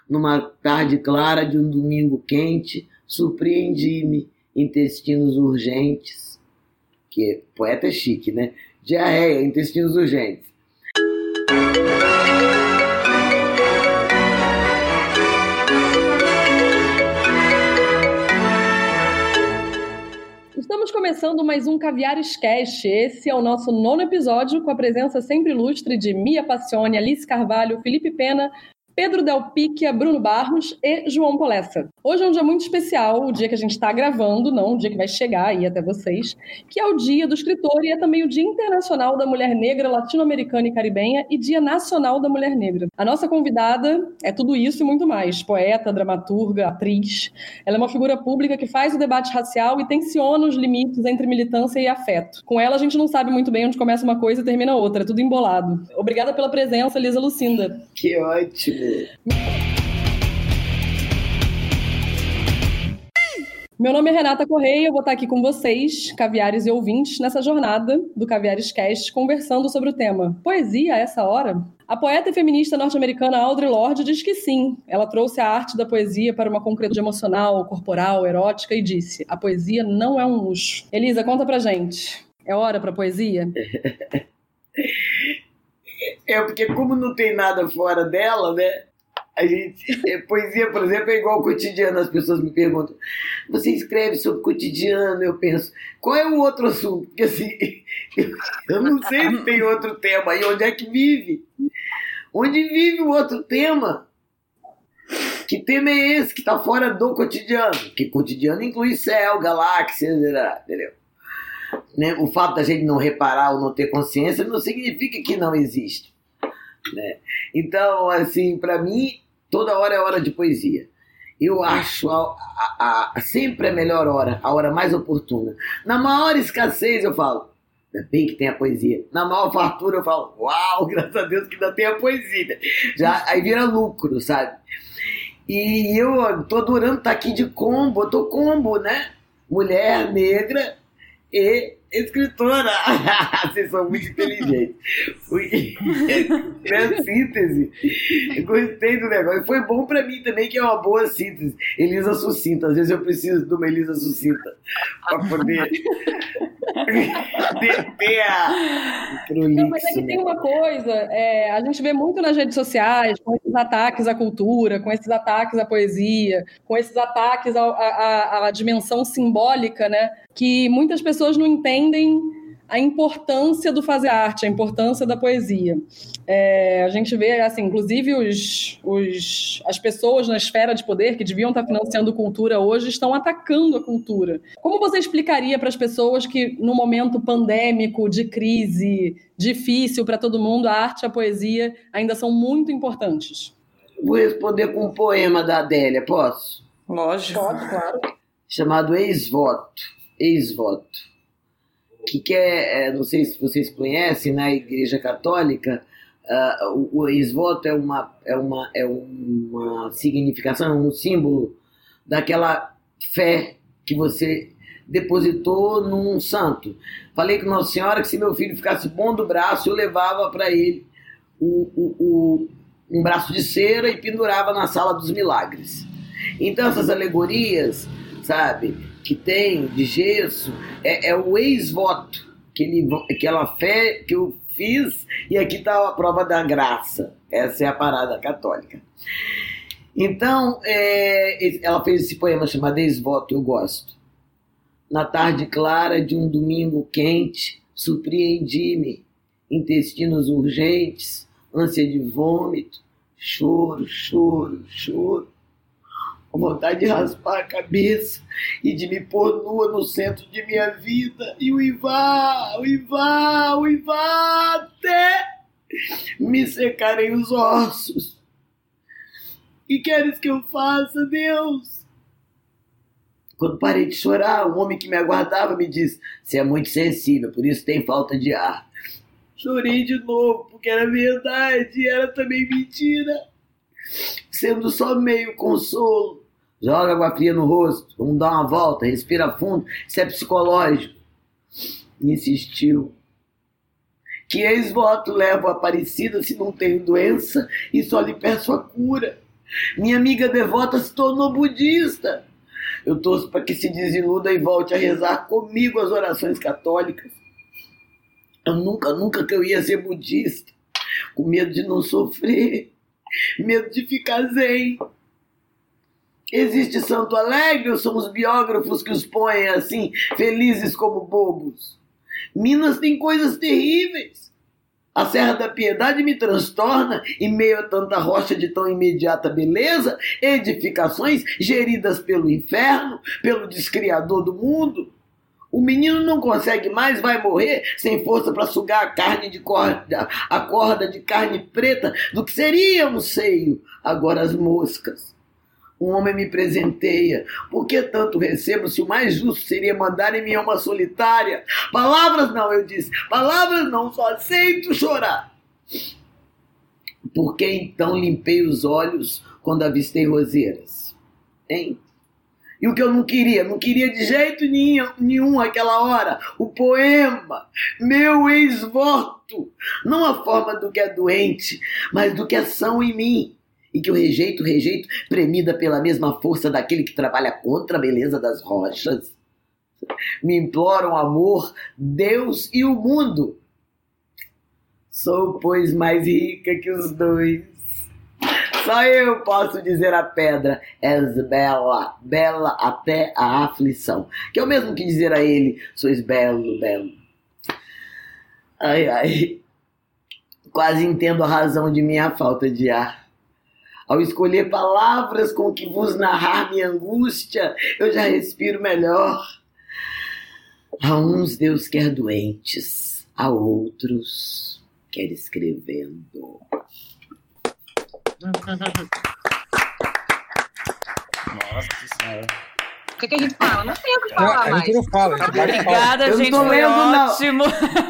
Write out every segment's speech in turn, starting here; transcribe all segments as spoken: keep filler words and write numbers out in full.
numa tarde clara de um domingo quente, surpreendi-me, intestinos urgentes, que poeta é chique, né? Diarreia, intestinos urgentes. Estamos começando mais um Caviares Cast. Esse é o nosso nono episódio, com a presença sempre ilustre de Mia Passione, Alice Carvalho, Felipe Pena, Pedro Del Picchia, Bruno Barros e João Polessa. Hoje é um dia muito especial, o dia que a gente está gravando, não o dia que vai chegar aí até vocês, que é o Dia do Escritor e é também o Dia Internacional da Mulher Negra, Latino-Americana e Caribenha e Dia Nacional da Mulher Negra. A nossa convidada é tudo isso e muito mais. Poeta, dramaturga, atriz. Ela é uma figura pública que faz o debate racial e tensiona os limites entre militância e afeto. Com ela, a gente não sabe muito bem onde começa uma coisa e termina outra, é tudo embolado. Obrigada pela presença, Elisa Lucinda. Que ótimo! Meu nome é Renata Correia, eu vou estar aqui com vocês, caviares e ouvintes, nessa jornada do Caviares Cast, conversando sobre o tema poesia a essa hora? A poeta e feminista norte-americana Audre Lorde diz que sim. Ela trouxe a arte da poesia para uma concretude emocional, corporal, erótica e disse: a poesia não é um luxo. Elisa, conta pra gente. É hora pra poesia? É porque como não tem nada fora dela, né? A gente, poesia, por exemplo, é igual ao cotidiano. As pessoas me perguntam: você escreve sobre o cotidiano? Eu penso, qual é o outro assunto? Porque assim, eu não sei se tem outro tema. E onde é que vive? Onde vive o outro tema? Que tema é esse que está fora do cotidiano? Porque cotidiano inclui céu, galáxias, entendeu? Né? O fato da gente não reparar ou não ter consciência não significa que não existe. Né? Então, assim, para mim, toda hora é hora de poesia. Eu acho a, a, a, sempre a melhor hora, a hora mais oportuna. Na maior escassez eu falo, ainda bem que tem a poesia. Na maior fartura eu falo, uau, graças a Deus que ainda tem a poesia. Já, aí vira lucro, sabe? E eu tô adorando estar aqui de combo, eu tô combo, né? Mulher, negra e escritora. Vocês são muito inteligentes. É síntese. Eu gostei do negócio. Foi bom pra mim também, que é uma boa síntese. Elisa sucinta. Às vezes eu preciso de uma Elisa sucinta pra poder ter a prolixo. Não, mas é que tem uma coisa, é, a gente vê muito nas redes sociais, com esses ataques à cultura, com esses ataques à poesia, com esses ataques à, à, à dimensão simbólica, né? Que muitas pessoas não entendem a importância do fazer arte, a importância da poesia. É, a gente vê, assim, inclusive os, os, as pessoas na esfera de poder que deviam estar financiando cultura hoje estão atacando a cultura. Como você explicaria para as pessoas que, no momento pandêmico, de crise, difícil para todo mundo, a arte e a poesia ainda são muito importantes? Vou responder com um poema da Adélia, posso? Lógico. Pode, claro. Chamado Ex-Voto. Ex-Voto. Que, que é, é, não sei se vocês conhecem, na Igreja Católica, uh, o, o ex-voto é uma, é, uma, é uma significação, um símbolo daquela fé que você depositou num santo. Falei com Nossa Senhora que se meu filho ficasse bom do braço, eu levava para ele o, o, o, um braço de cera e pendurava na Sala dos Milagres. Então essas alegorias, sabe, que tem de gesso, é, é o ex-voto, aquela fé que eu fiz, e aqui está a prova da graça. Essa é a parada católica. Então, é, ela fez esse poema chamado Ex-Voto, eu gosto. Na tarde clara de um domingo quente, surpreendi-me, intestinos urgentes, ânsia de vômito, choro, choro, choro. Com vontade de raspar a cabeça e de me pôr nua no centro de minha vida e uivar, uivar, uivar até me secarem os ossos. E queres que eu faça, Deus? Quando parei de chorar, o homem que me aguardava me disse: você é muito sensível, por isso tem falta de ar. Chorei de novo, porque era verdade e era também mentira. Sendo só meio consolo. Joga água fria no rosto, vamos dar uma volta, respira fundo, isso é psicológico. Insistiu. Que ex-voto levo a Aparecida se não tenho doença e só lhe peço a cura. Minha amiga devota se tornou budista. Eu torço para que se desiluda e volte a rezar comigo as orações católicas. Eu nunca, nunca que eu ia ser budista. Com medo de não sofrer. Medo de ficar zen. Existe santo alegre ou são os biógrafos que os põem assim, felizes como bobos? Minas tem coisas terríveis. A Serra da Piedade me transtorna em meio a tanta rocha de tão imediata beleza, edificações geridas pelo inferno, pelo descriador do mundo. O menino não consegue mais, vai morrer sem força para sugar a carne de corda, a corda de carne preta do que seria um seio, agora as moscas. Um homem me presenteia. Por que tanto recebo se o mais justo seria mandar em minha alma solitária? Palavras não, eu disse. Palavras não, só aceito chorar. Por que então limpei os olhos quando avistei roseiras? Hein? E o que eu não queria? Não queria de jeito nenhum, nenhum aquela hora. O poema, meu ex-voto. Não a forma do que é doente, mas do que é são em mim. E que eu rejeito, rejeito, premida pela mesma força daquele que trabalha contra a beleza das rochas. Me imploram amor, Deus e o mundo. Sou, pois, mais rica que os dois. Só eu posso dizer à pedra, és bela, bela até a aflição. Que é o mesmo que dizer a ele, sois belo, belo. Ai, ai. Quase entendo a razão de minha falta de ar. Ao escolher palavras com que vos narrar minha angústia, eu já respiro melhor. A uns Deus quer doentes, a outros quer escrevendo. Nossa Senhora. O que, que a gente fala? Não tem o que falar a mais. gente não fala, a gente bate palma. Obrigada, Eu gente. não tô Foi lendo, não. ótimo.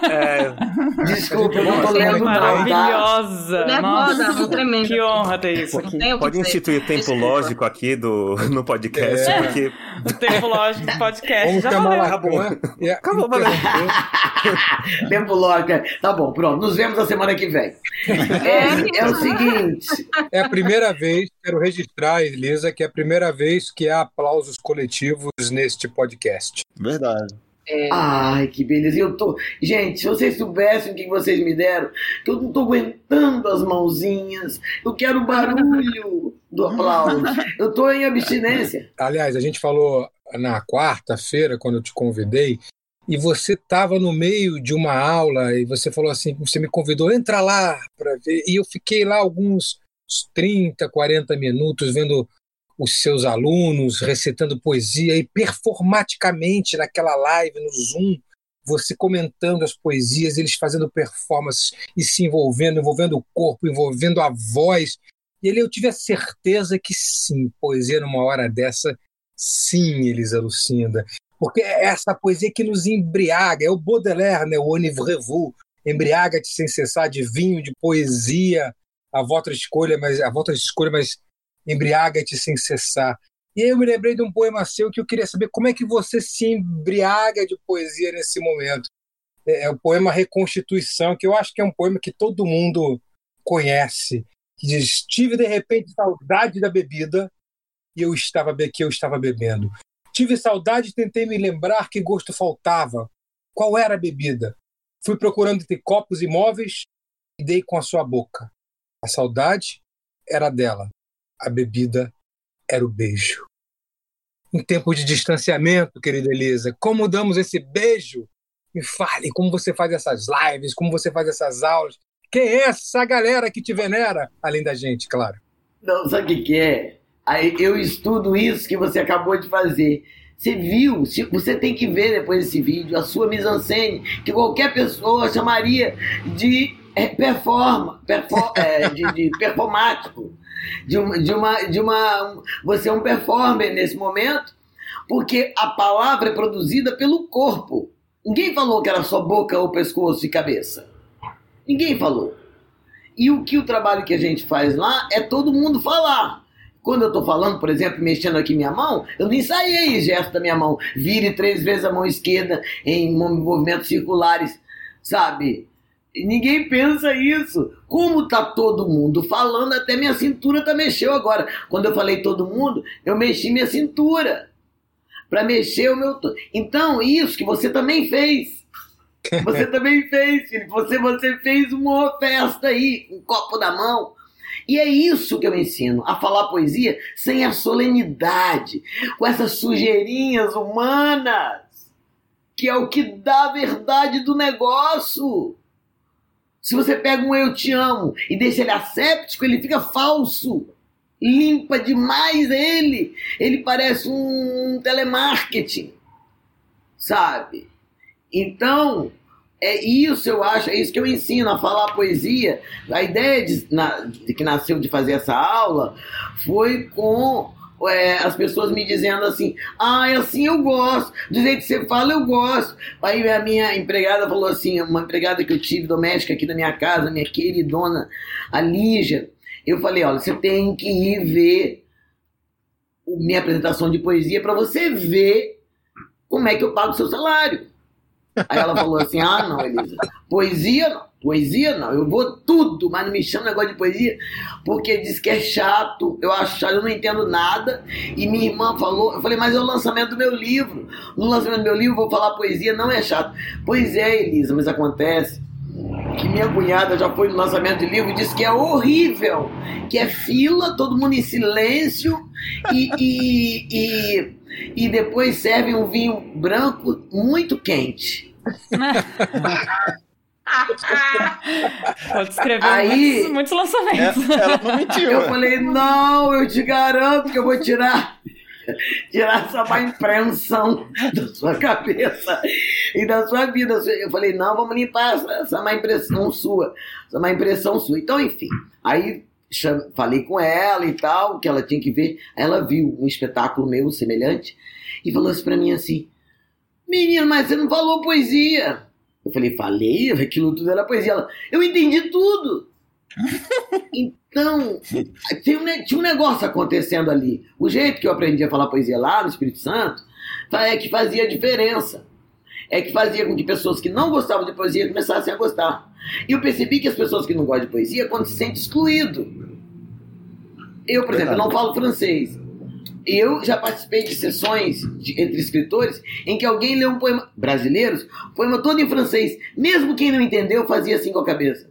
É, Desculpa, eu Não, não tô foi lendo não, tá? Maravilhosa. Nervosa, Nossa, não tremendo. que honra ter isso Não aqui. tem o que pode dizer. instituir tempo Desculpa. lógico aqui do, no podcast, É. porque O tempo lógico do podcast. Vamos Já chamar valeu. Lacan e Acabou, valeu. interromper. Tempo logo. Tá bom, pronto. Nos vemos a semana que vem. É, é o seguinte. É a primeira vez, quero registrar, Elisa, que é a primeira vez que há aplausos coletivos neste podcast. Verdade. É, Ai, que beleza. Eu tô... Gente, se vocês soubessem o que vocês me deram, que eu não tô aguentando as mãozinhas. Eu quero o barulho do aplauso. Eu tô em abstinência. Aliás, a gente falou na quarta-feira, quando eu te convidei, e você estava no meio de uma aula e você falou assim, você me convidou, entra lá para ver. E eu fiquei lá alguns trinta, quarenta minutos vendo os seus alunos recitando poesia e performaticamente naquela live no Zoom, você comentando as poesias, eles fazendo performances e se envolvendo, envolvendo o corpo, envolvendo a voz. E ali eu tive a certeza que sim, poesia numa hora dessa, sim, Elisa Lucinda. Porque é essa poesia que nos embriaga, é o Baudelaire, né? O Enivrez-vous, embriaga-te sem cessar de vinho, de poesia, a vossa escolha, mas a vossa escolha, mas embriaga-te sem cessar. E aí eu me lembrei de um poema seu que eu queria saber como é que você se embriaga de poesia nesse momento. É, é o poema Reconstituição, que eu acho que é um poema que todo mundo conhece, que diz, tive de repente saudade da bebida e eu estava, que eu estava bebendo. Tive saudade e tentei me lembrar que gosto faltava. Qual era a bebida? Fui procurando entre copos e móveis e dei com a sua boca. A saudade era dela. A bebida era o beijo. Em tempo de distanciamento, querida Elisa, como damos esse beijo? Me fale como você faz essas lives, como você faz essas aulas. Quem é essa galera que te venera? Além da gente, claro. Não, sabe o que, que é? Aí eu estudo isso que você acabou de fazer. Você viu, você tem que ver depois desse vídeo a sua mise-en-scène, que qualquer pessoa chamaria de performa, perform, é, de, de performático. De uma, de uma, de uma, você é um performer nesse momento, porque a palavra é produzida pelo corpo. Ninguém falou que era só boca ou pescoço e cabeça. Ninguém falou. E o que o trabalho que a gente faz lá é todo mundo falar. Quando eu estou falando, por exemplo, mexendo aqui minha mão, eu não ensaiei o gesto da minha mão. Vire três vezes a mão esquerda em movimentos circulares, sabe? E ninguém pensa isso. Como tá todo mundo falando, até minha cintura tá mexeu agora. Quando eu falei todo mundo, eu mexi minha cintura. Para mexer o meu... Então, isso que você também fez. Você também fez, filho. Você, você fez uma festa aí, com um copo na mão. E é isso que eu ensino, a falar poesia sem a solenidade, com essas sujeirinhas humanas, que é o que dá a verdade do negócio. Se você pega um eu te amo e deixa ele asséptico, ele fica falso. Limpa demais ele. Ele parece um telemarketing, sabe? Então, é isso eu acho, é isso que eu ensino, a falar poesia. A ideia de, na, de que nasceu de fazer essa aula foi com é, as pessoas me dizendo assim, ah, assim eu gosto, do jeito que você fala eu gosto. Aí a minha empregada falou assim, uma empregada que eu tive doméstica aqui da minha casa, minha queridona, a Lígia, eu falei, olha, você tem que ir ver minha apresentação de poesia para você ver como é que eu pago o seu salário. Aí ela falou assim, ah não, Elisa, poesia não, poesia não, eu vou tudo, mas não me chama negócio de poesia, porque diz que é chato, eu acho chato, eu não entendo nada, e minha irmã falou, eu falei, mas é o lançamento do meu livro, no lançamento do meu livro eu vou falar poesia, não é chato. Pois é, Elisa, mas acontece que minha cunhada já foi no lançamento de livro e disse que é horrível, que é fila, todo mundo em silêncio, e, e, e, e depois serve um vinho branco muito quente. Pode escrever Aí, muitos, muitos lançamentos. Ela, ela não mentiu. Eu falei, não, eu te garanto que eu vou tirar tirar essa má impressão da sua cabeça e da sua vida. Eu falei, não, vamos limpar essa, essa má impressão sua, essa má impressão sua. Então, enfim, aí cham... falei com ela e tal, que ela tinha que ver. Aí ela viu um espetáculo meu semelhante e falou assim pra mim assim, menino, mas você não falou poesia. Eu falei, falei, aquilo tudo era poesia. Ela, eu entendi tudo. Então, tinha um, tinha um negócio acontecendo ali. O jeito que eu aprendi a falar poesia lá no Espírito Santo é que fazia diferença. É que fazia com que pessoas que não gostavam de poesia começassem a gostar. E eu percebi que as pessoas que não gostam de poesia, quando se sente excluído. Eu, por exemplo, não falo francês. Eu já participei de sessões de, entre escritores em que alguém leu um poema, brasileiros, um poema todo em francês. Mesmo quem não entendeu fazia assim com a cabeça.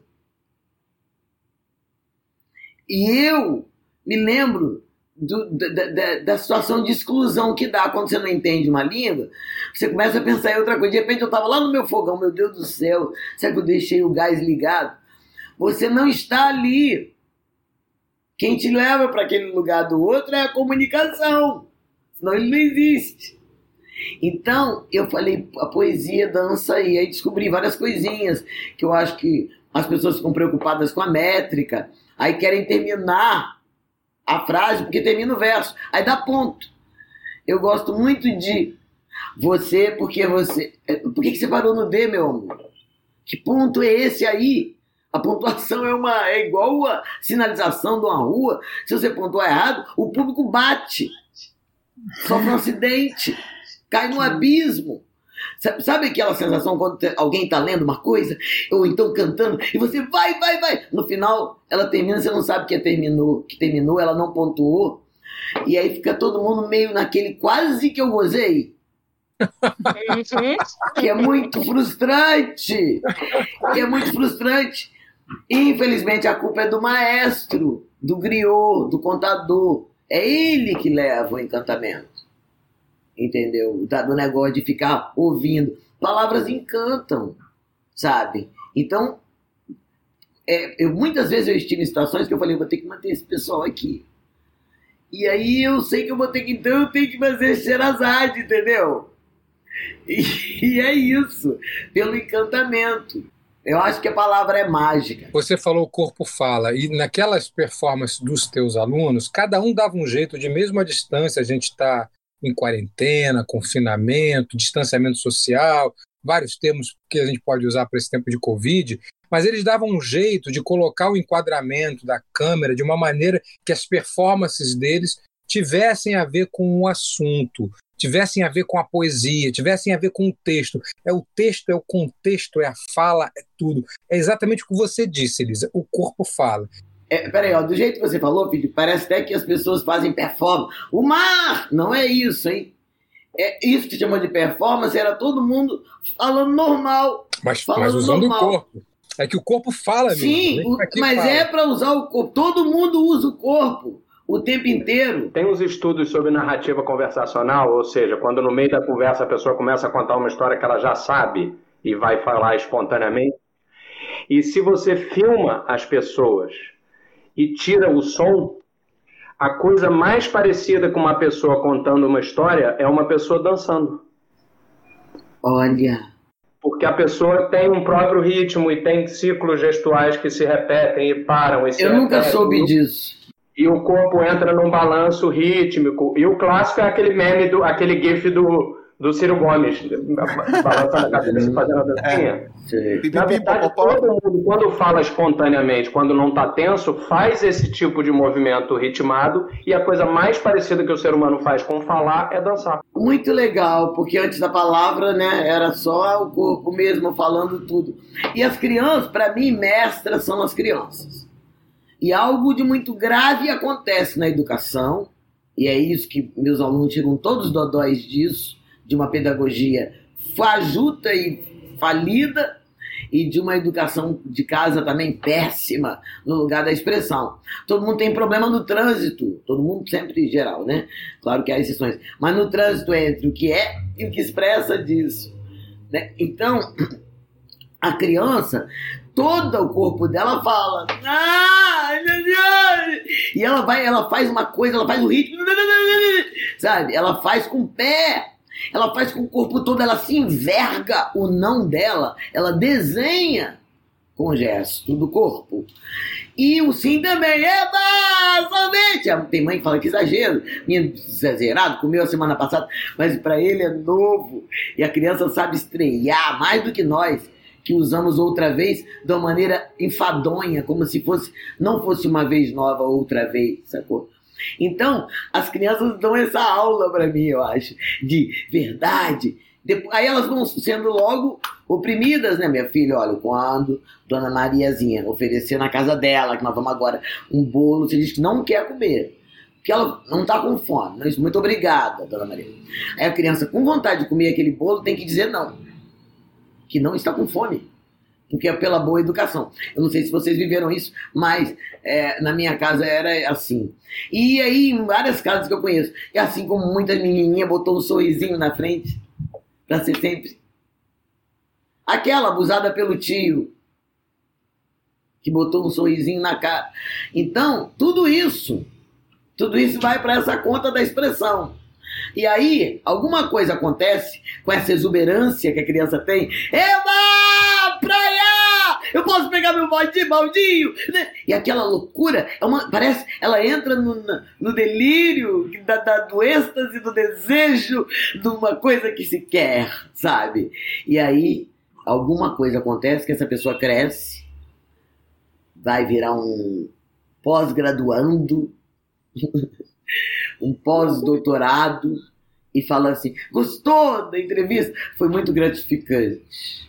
E eu me lembro do, da, da, da situação de exclusão que dá quando você não entende uma língua. Você começa a pensar em outra coisa. De repente eu estava lá no meu fogão, meu Deus do céu, será que eu deixei o gás ligado? Você não está ali. Quem te leva para aquele lugar do outro é a comunicação, senão ele não existe. Então, eu falei, a poesia dança aí, aí descobri várias coisinhas, que eu acho que as pessoas ficam preocupadas com a métrica, aí querem terminar a frase, porque termina o verso, aí dá ponto. Eu gosto muito de você, porque você... Por que você parou no D, meu amor? Que ponto é esse aí? A pontuação é, uma, é igual a sinalização de uma rua. Se você pontuar errado, o público bate. Sofre um acidente. Cai no abismo. Sabe, sabe aquela sensação quando alguém está lendo uma coisa, ou então cantando, e você vai, vai, vai. No final, ela termina, você não sabe que terminou, que terminou, ela não pontuou. E aí fica todo mundo meio naquele quase que eu gozei. Que é muito frustrante. Que é muito frustrante. Infelizmente, a culpa é do maestro, do griot, do contador. É ele que leva o encantamento. Entendeu? Do negócio de ficar ouvindo. Palavras encantam, sabe? Então, é, eu, muitas vezes eu estive em situações que eu falei, vou ter que manter esse pessoal aqui. E aí eu sei que eu vou ter que, então eu tenho que fazer Sherazade, entendeu? E, e é isso, pelo encantamento. Eu acho que a palavra é mágica. Você falou o corpo fala, e naquelas performances dos teus alunos, cada um dava um jeito de, mesmo à distância, a gente está em quarentena, confinamento, distanciamento social, vários termos que a gente pode usar para esse tempo de Covid, mas eles davam um jeito de colocar o enquadramento da câmera de uma maneira que as performances deles tivessem a ver com o assunto. tivessem a ver com a poesia, tivessem a ver com o texto. É o texto, é o contexto, é a fala, é tudo. É exatamente o que você disse, Elisa. O corpo fala. É, peraí, ó, do jeito que você falou, Felipe, parece até que as pessoas fazem performance. O mar! Não é isso, hein? É isso que chamou de performance, era todo mundo falando normal. Mas, falando mas usando normal. o corpo. É que o corpo fala mesmo. Sim, o, mas fala. É para usar o corpo. Todo mundo usa o corpo o tempo inteiro. Tem uns estudos sobre narrativa conversacional, ou seja, quando no meio da conversa a pessoa começa a contar uma história que ela já sabe e vai falar espontaneamente. E se você filma as pessoas e tira o som, a coisa mais parecida com uma pessoa contando uma história é uma pessoa dançando. Olha. Porque a pessoa tem um próprio ritmo e tem ciclos gestuais que se repetem e param. E se Eu nunca repetem, soube disso. E o corpo entra num balanço rítmico. E o clássico é aquele meme, do, aquele gif do, do Ciro Gomes, balançando a cabeça e fazendo a dancinha. É, Na verdade, todo mundo, quando fala espontaneamente, quando não está tenso, faz esse tipo de movimento ritmado, e a coisa mais parecida que o ser humano faz com falar é dançar. Muito legal, porque antes da palavra, né, era só o corpo mesmo falando tudo. E as crianças, para mim, mestras são as crianças. E algo de muito grave acontece na educação, e é isso que meus alunos tiram todos os dodóis disso, de uma pedagogia fajuta e falida, e de uma educação de casa também péssima, no lugar da expressão. Todo mundo tem problema no trânsito, todo mundo sempre em geral, né? Claro que há exceções, mas no trânsito entre o que é e o que expressa disso, né? Então, a criança, todo o corpo dela fala, ah, e ela vai, ela faz uma coisa, ela faz um ritmo, sabe? Ela faz com o pé, ela faz com o corpo todo, ela se enverga o não dela, ela desenha com o gesto do corpo. E o sim também, eba, sorvete! Tem mãe que fala que exagero, menino exagerado, comeu a semana passada, mas para ele é novo, e a criança sabe estrear mais do que nós, que usamos outra vez de uma maneira enfadonha, como se fosse, não fosse uma vez nova outra vez, sacou? Então, as crianças dão essa aula para mim, eu acho, de verdade. Depois, aí elas vão sendo logo oprimidas, né, minha filha? Olha, quando Dona Mariazinha oferecer na casa dela, que nós vamos agora, um bolo, você diz que não quer comer, porque ela não está com fome. Mas muito obrigada, Dona Maria. Aí a criança, com vontade de comer aquele bolo, tem que dizer não, que não está com fome, porque é pela boa educação. Eu não sei se vocês viveram isso, mas é, na minha casa era assim. E aí, em várias casas que eu conheço, é assim como muita menininha botou um sorrisinho na frente, para ser sempre. Aquela abusada pelo tio, que botou um sorrisinho na cara. Então, tudo isso, tudo isso vai para essa conta da expressão. E aí, alguma coisa acontece com essa exuberância que a criança tem. Eba! Praia! Eu posso pegar meu baldinho, baldinho! Né? E aquela loucura, é uma, parece, ela entra no, no delírio da, da, do êxtase, do desejo de uma coisa que se quer, sabe? E aí, alguma coisa acontece que essa pessoa cresce, vai virar um pós-graduando, um pós-doutorado, e fala assim, gostou da entrevista? Foi muito gratificante.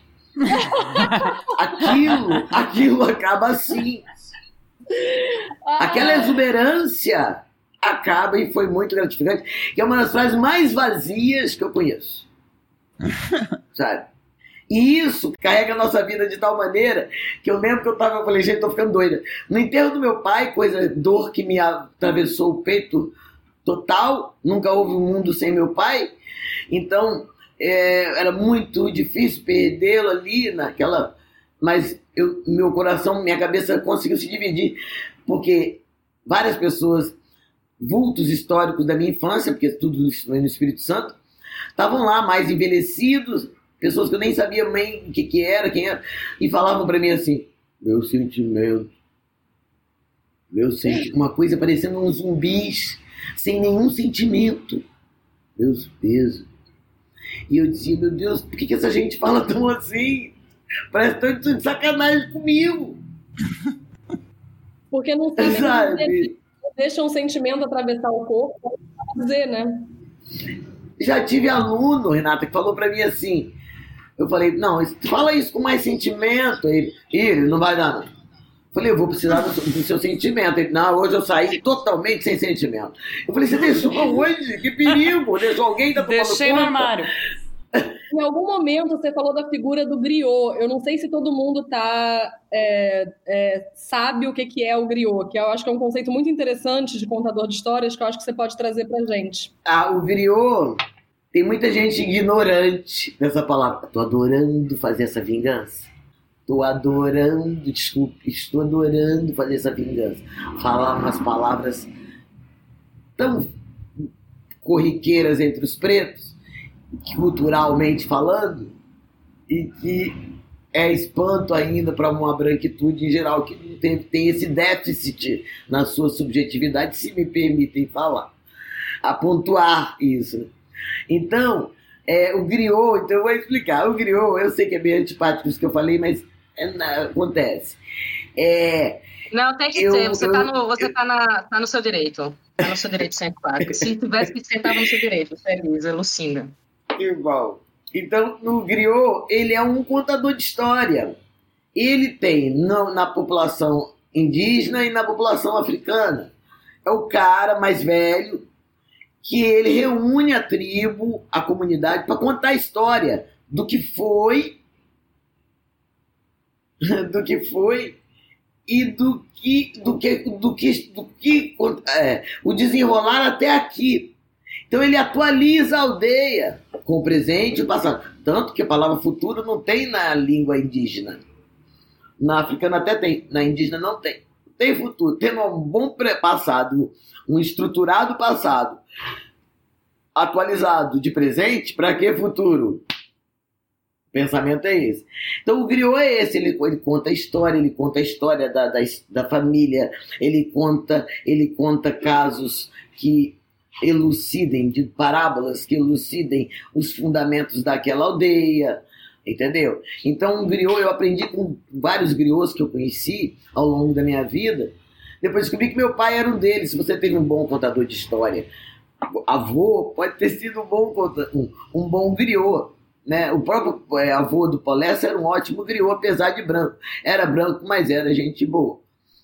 aquilo, aquilo acaba assim. Aquela exuberância acaba e foi muito gratificante, que é uma das frases mais vazias que eu conheço. Sabe? E isso carrega a nossa vida de tal maneira que eu lembro que eu tava, eu falei, gente, tô ficando doida. No enterro do meu pai, coisa, dor que me atravessou o peito total, nunca houve um mundo sem meu pai, então é, era muito difícil perdê-lo ali naquela, mas eu, meu coração, minha cabeça conseguiu se dividir, porque várias pessoas, vultos históricos da minha infância, porque tudo isso foi no Espírito Santo, estavam lá mais envelhecidos, pessoas que eu nem sabia bem o que, que era, quem era, e falavam para mim assim, meu sentimento, meu sentimento, uma coisa parecendo uns zumbis, sem nenhum sentimento, meus pesos. E eu dizia, meu Deus, por que, que essa gente fala tão assim? Parece tão de sacanagem comigo. Porque não, sabe? Não deixa um sentimento atravessar o corpo, dizer, né? Já tive aluno, Renata, que falou para mim assim, eu falei, não, fala isso com mais sentimento. Ele, ele não vai dar, não. Eu falei, eu vou precisar do, do seu sentimento. Ele, não, hoje eu saí totalmente sem sentimento. Eu falei, você deixou onde? Que perigo! Deixou alguém da tomando Deixei conta? no armário. Em algum momento você falou da figura do griot. Eu não sei se todo mundo tá, é, é, sabe o que, que é o griot, que eu acho que é um conceito muito interessante de contador de histórias que eu acho que você pode trazer pra gente. Ah, o griot, tem muita gente ignorante dessa palavra. Tô adorando fazer essa vingança. Tô adorando, desculpe, estou adorando fazer essa vingança. Falar umas palavras tão corriqueiras entre os pretos, culturalmente falando, e que é espanto ainda para uma branquitude em geral, que não tem, tem esse déficit na sua subjetividade, se me permitem falar, a pontuar isso. Então, é, o griot, então eu vou explicar. O griot, eu sei que é bem antipático isso que eu falei, mas é, na, acontece. É, Não, tem que eu, ser. Você, eu, tá, no, você eu, tá, na, tá no seu direito. Tá no seu direito de ser empático. Se tivesse que ser, tava no seu direito. Feliz, Lucinda. Igual. Então, no griot, ele é um contador de história. Ele tem no, na população indígena e na população africana. É o cara mais velho que ele reúne a tribo, a comunidade, para contar a história do que foi, do que foi e do que, do que, do que, do que é, o desenrolar até aqui. Então ele atualiza a aldeia com o presente e o passado. Tanto que a palavra futuro não tem na língua indígena. Na africana até tem, na indígena não tem. Tem futuro. Tem um bom passado, um estruturado passado, atualizado de presente, para que futuro? O pensamento é esse. Então o griot é esse, ele, ele conta a história, ele conta a história da, da, da família, ele conta, ele conta casos que elucidem, de parábolas que elucidem os fundamentos daquela aldeia, entendeu? Então um griot, eu aprendi com vários griots que eu conheci ao longo da minha vida, depois descobri que meu pai era um deles. Se você teve um bom contador de história, avô, pode ter sido um bom, um, um bom griot, né? O próprio é, avô do Polessa era um ótimo griot, apesar de branco. Era branco, mas era gente boa.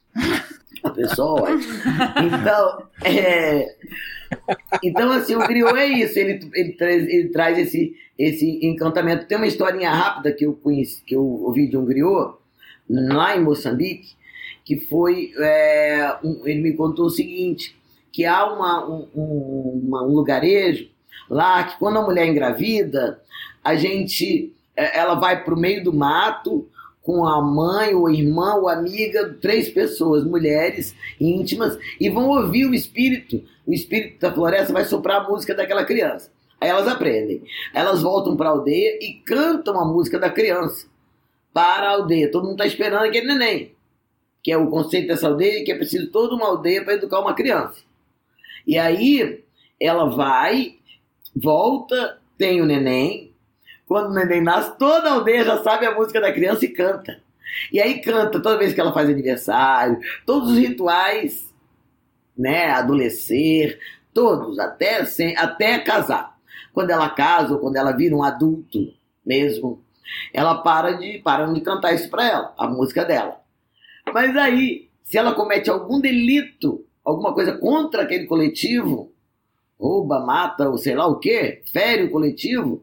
A pessoa ótima. Então, é... Então, assim, o griot é isso, ele, ele, traz, ele traz esse, esse encantamento. Tem uma historinha rápida que eu conheci, que eu ouvi de um griot, lá em Moçambique, que foi, é, um, ele me contou o seguinte, que há uma, um, uma, um lugarejo lá que quando a mulher engravida, a gente, ela vai para o meio do mato com a mãe, ou irmã, ou amiga, três pessoas, mulheres íntimas, e vão ouvir o espírito. O espírito da floresta vai soprar a música daquela criança. Aí elas aprendem. Elas voltam para a aldeia e cantam a música da criança para a aldeia. Todo mundo está esperando aquele neném, que é o conceito dessa aldeia, que é preciso toda uma aldeia para educar uma criança. E aí ela vai, volta, tem o neném. Quando o neném nasce, toda a aldeia já sabe a música da criança e canta. E aí canta toda vez que ela faz aniversário, todos os rituais, né, adolescer, todos, até, sem, até casar. Quando ela casa ou quando ela vira um adulto mesmo, ela para de, param de cantar isso para ela, a música dela. Mas aí, se ela comete algum delito, alguma coisa contra aquele coletivo, rouba, mata, ou sei lá o quê, fere o coletivo,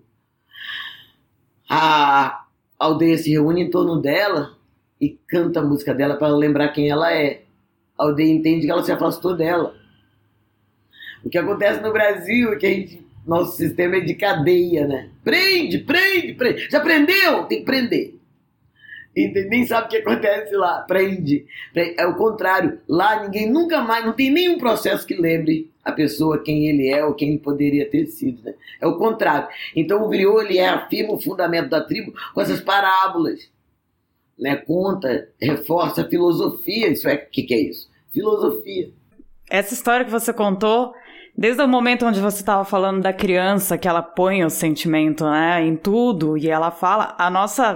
a aldeia se reúne em torno dela e canta a música dela para lembrar quem ela é. A aldeia entende que ela se afastou dela. O que acontece no Brasil é que a gente, nosso sistema é de cadeia, né? Prende, prende, prende. Já prendeu? Tem que prender. E nem sabe o que acontece lá. Prende. É o contrário. Lá ninguém nunca mais, não tem nenhum processo que lembre a pessoa quem ele é ou quem ele poderia ter sido, né? É o contrário. Então o griot, ele afirma o fundamento da tribo com essas parábolas, né? Conta, reforça a filosofia. Isso é, o que, que é isso? Filosofia. Essa história que você contou, desde o momento onde você estava falando da criança, que ela põe o sentimento, né, em tudo, e ela fala, a nossa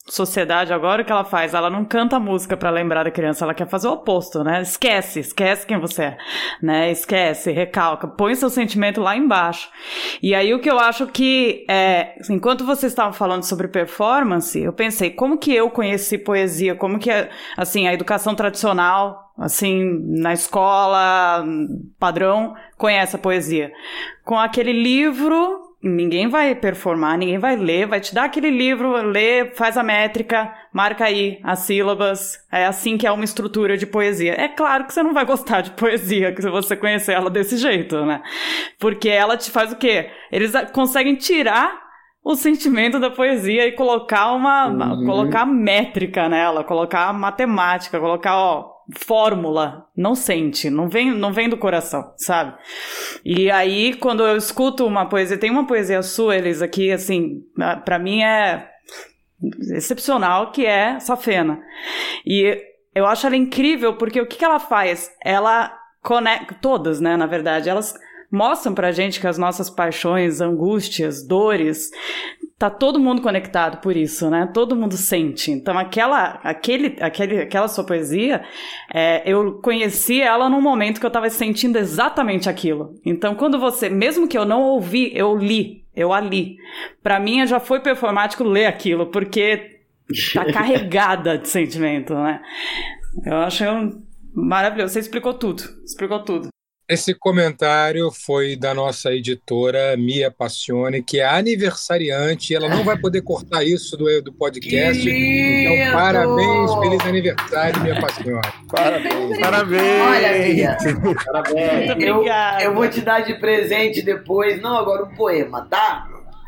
sociedade agora, o que ela faz? Ela não canta música pra lembrar da criança, ela quer fazer o oposto, né? Esquece, esquece quem você é, né? Esquece, recalca, põe seu sentimento lá embaixo. E aí o que eu acho que, é, enquanto vocês estavam falando sobre performance, eu pensei, como que eu conheci poesia? Como que, assim, a educação tradicional, assim, na escola, padrão, conhece a poesia? Com aquele livro... Ninguém vai performar, ninguém vai ler, vai te dar aquele livro, lê, faz a métrica, marca aí as sílabas, é assim que é uma estrutura de poesia. É claro que você não vai gostar de poesia se você conhecer ela desse jeito, né? Porque ela te faz o quê? Eles conseguem tirar o sentimento da poesia e colocar uma, uhum. colocar métrica nela, colocar matemática, colocar, ó, fórmula, não sente, não vem, não vem do coração, sabe? E aí, quando eu escuto uma poesia, tem uma poesia sua, Elisa, que, assim, pra mim é excepcional, que é Safena. E eu acho ela incrível, porque o que, que ela faz? Ela conecta, todas, né, na verdade, elas mostram pra gente que as nossas paixões, angústias, dores, tá todo mundo conectado por isso, né? Todo mundo sente. Então, aquela, aquele, aquele, aquela sua poesia, é, eu conheci ela num momento que eu tava sentindo exatamente aquilo. Então, quando você, mesmo que eu não ouvi, eu li, eu a li. Pra mim, já foi performático ler aquilo, porque tá carregada de sentimento, né? Eu acho maravilhoso. Você explicou tudo, explicou tudo. Esse comentário foi da nossa editora Mia Passione, que é aniversariante, e ela não vai poder cortar isso do, do podcast. Então, parabéns, feliz aniversário, Mia Passione. Parabéns. Parabéns. Olha, Mia, Parabéns. eu, eu vou te dar de presente depois, não agora um poema, tá?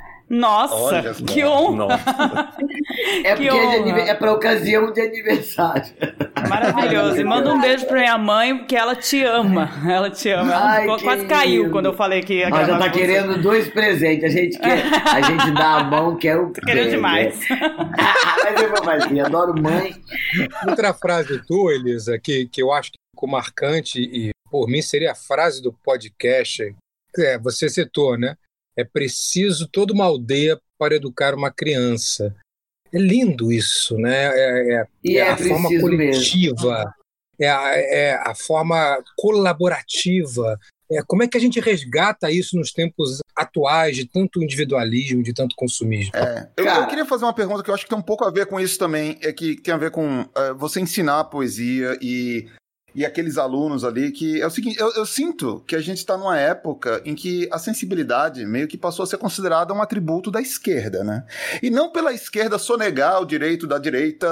Nossa, que honra! Nossa. É porque honra. É, é para ocasião de aniversário. Maravilhoso. E manda um beijo pra minha mãe, porque ela te ama. Ela te ama. Ela Ai, ficou, quase caiu quando eu falei que ia gravar. Já tá querendo você. Dois presentes. A gente quer, a gente dá a mão, quer o Tô querendo demais. Mas eu vou fazer, adoro mãe. Outra frase tua, Elisa, que, que eu acho que ficou marcante, e por mim seria a frase do podcast. É, você citou, né? É preciso toda uma aldeia para educar uma criança. É lindo isso, né? É, é, e é é a forma coletiva, mesmo. É, a, é a forma colaborativa. É, como é que a gente resgata isso nos tempos atuais de tanto individualismo, de tanto consumismo? É, eu, eu queria fazer uma pergunta que eu acho que tem um pouco a ver com isso também, é que tem a ver com é, você ensinar a poesia e... E aqueles alunos ali que... É o seguinte, eu, eu sinto que a gente está numa época em que a sensibilidade meio que passou a ser considerada um atributo da esquerda, né? E não pela esquerda sonegar o direito da direita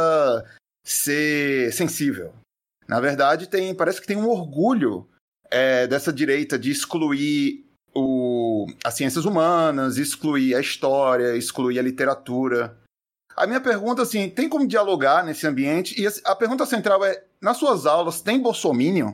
ser sensível. Na verdade, tem, parece que tem um orgulho é, dessa direita de excluir o, as ciências humanas, excluir a história, excluir a literatura. A minha pergunta, assim, tem como dialogar nesse ambiente? E a pergunta central é, nas suas aulas, tem bolsominion?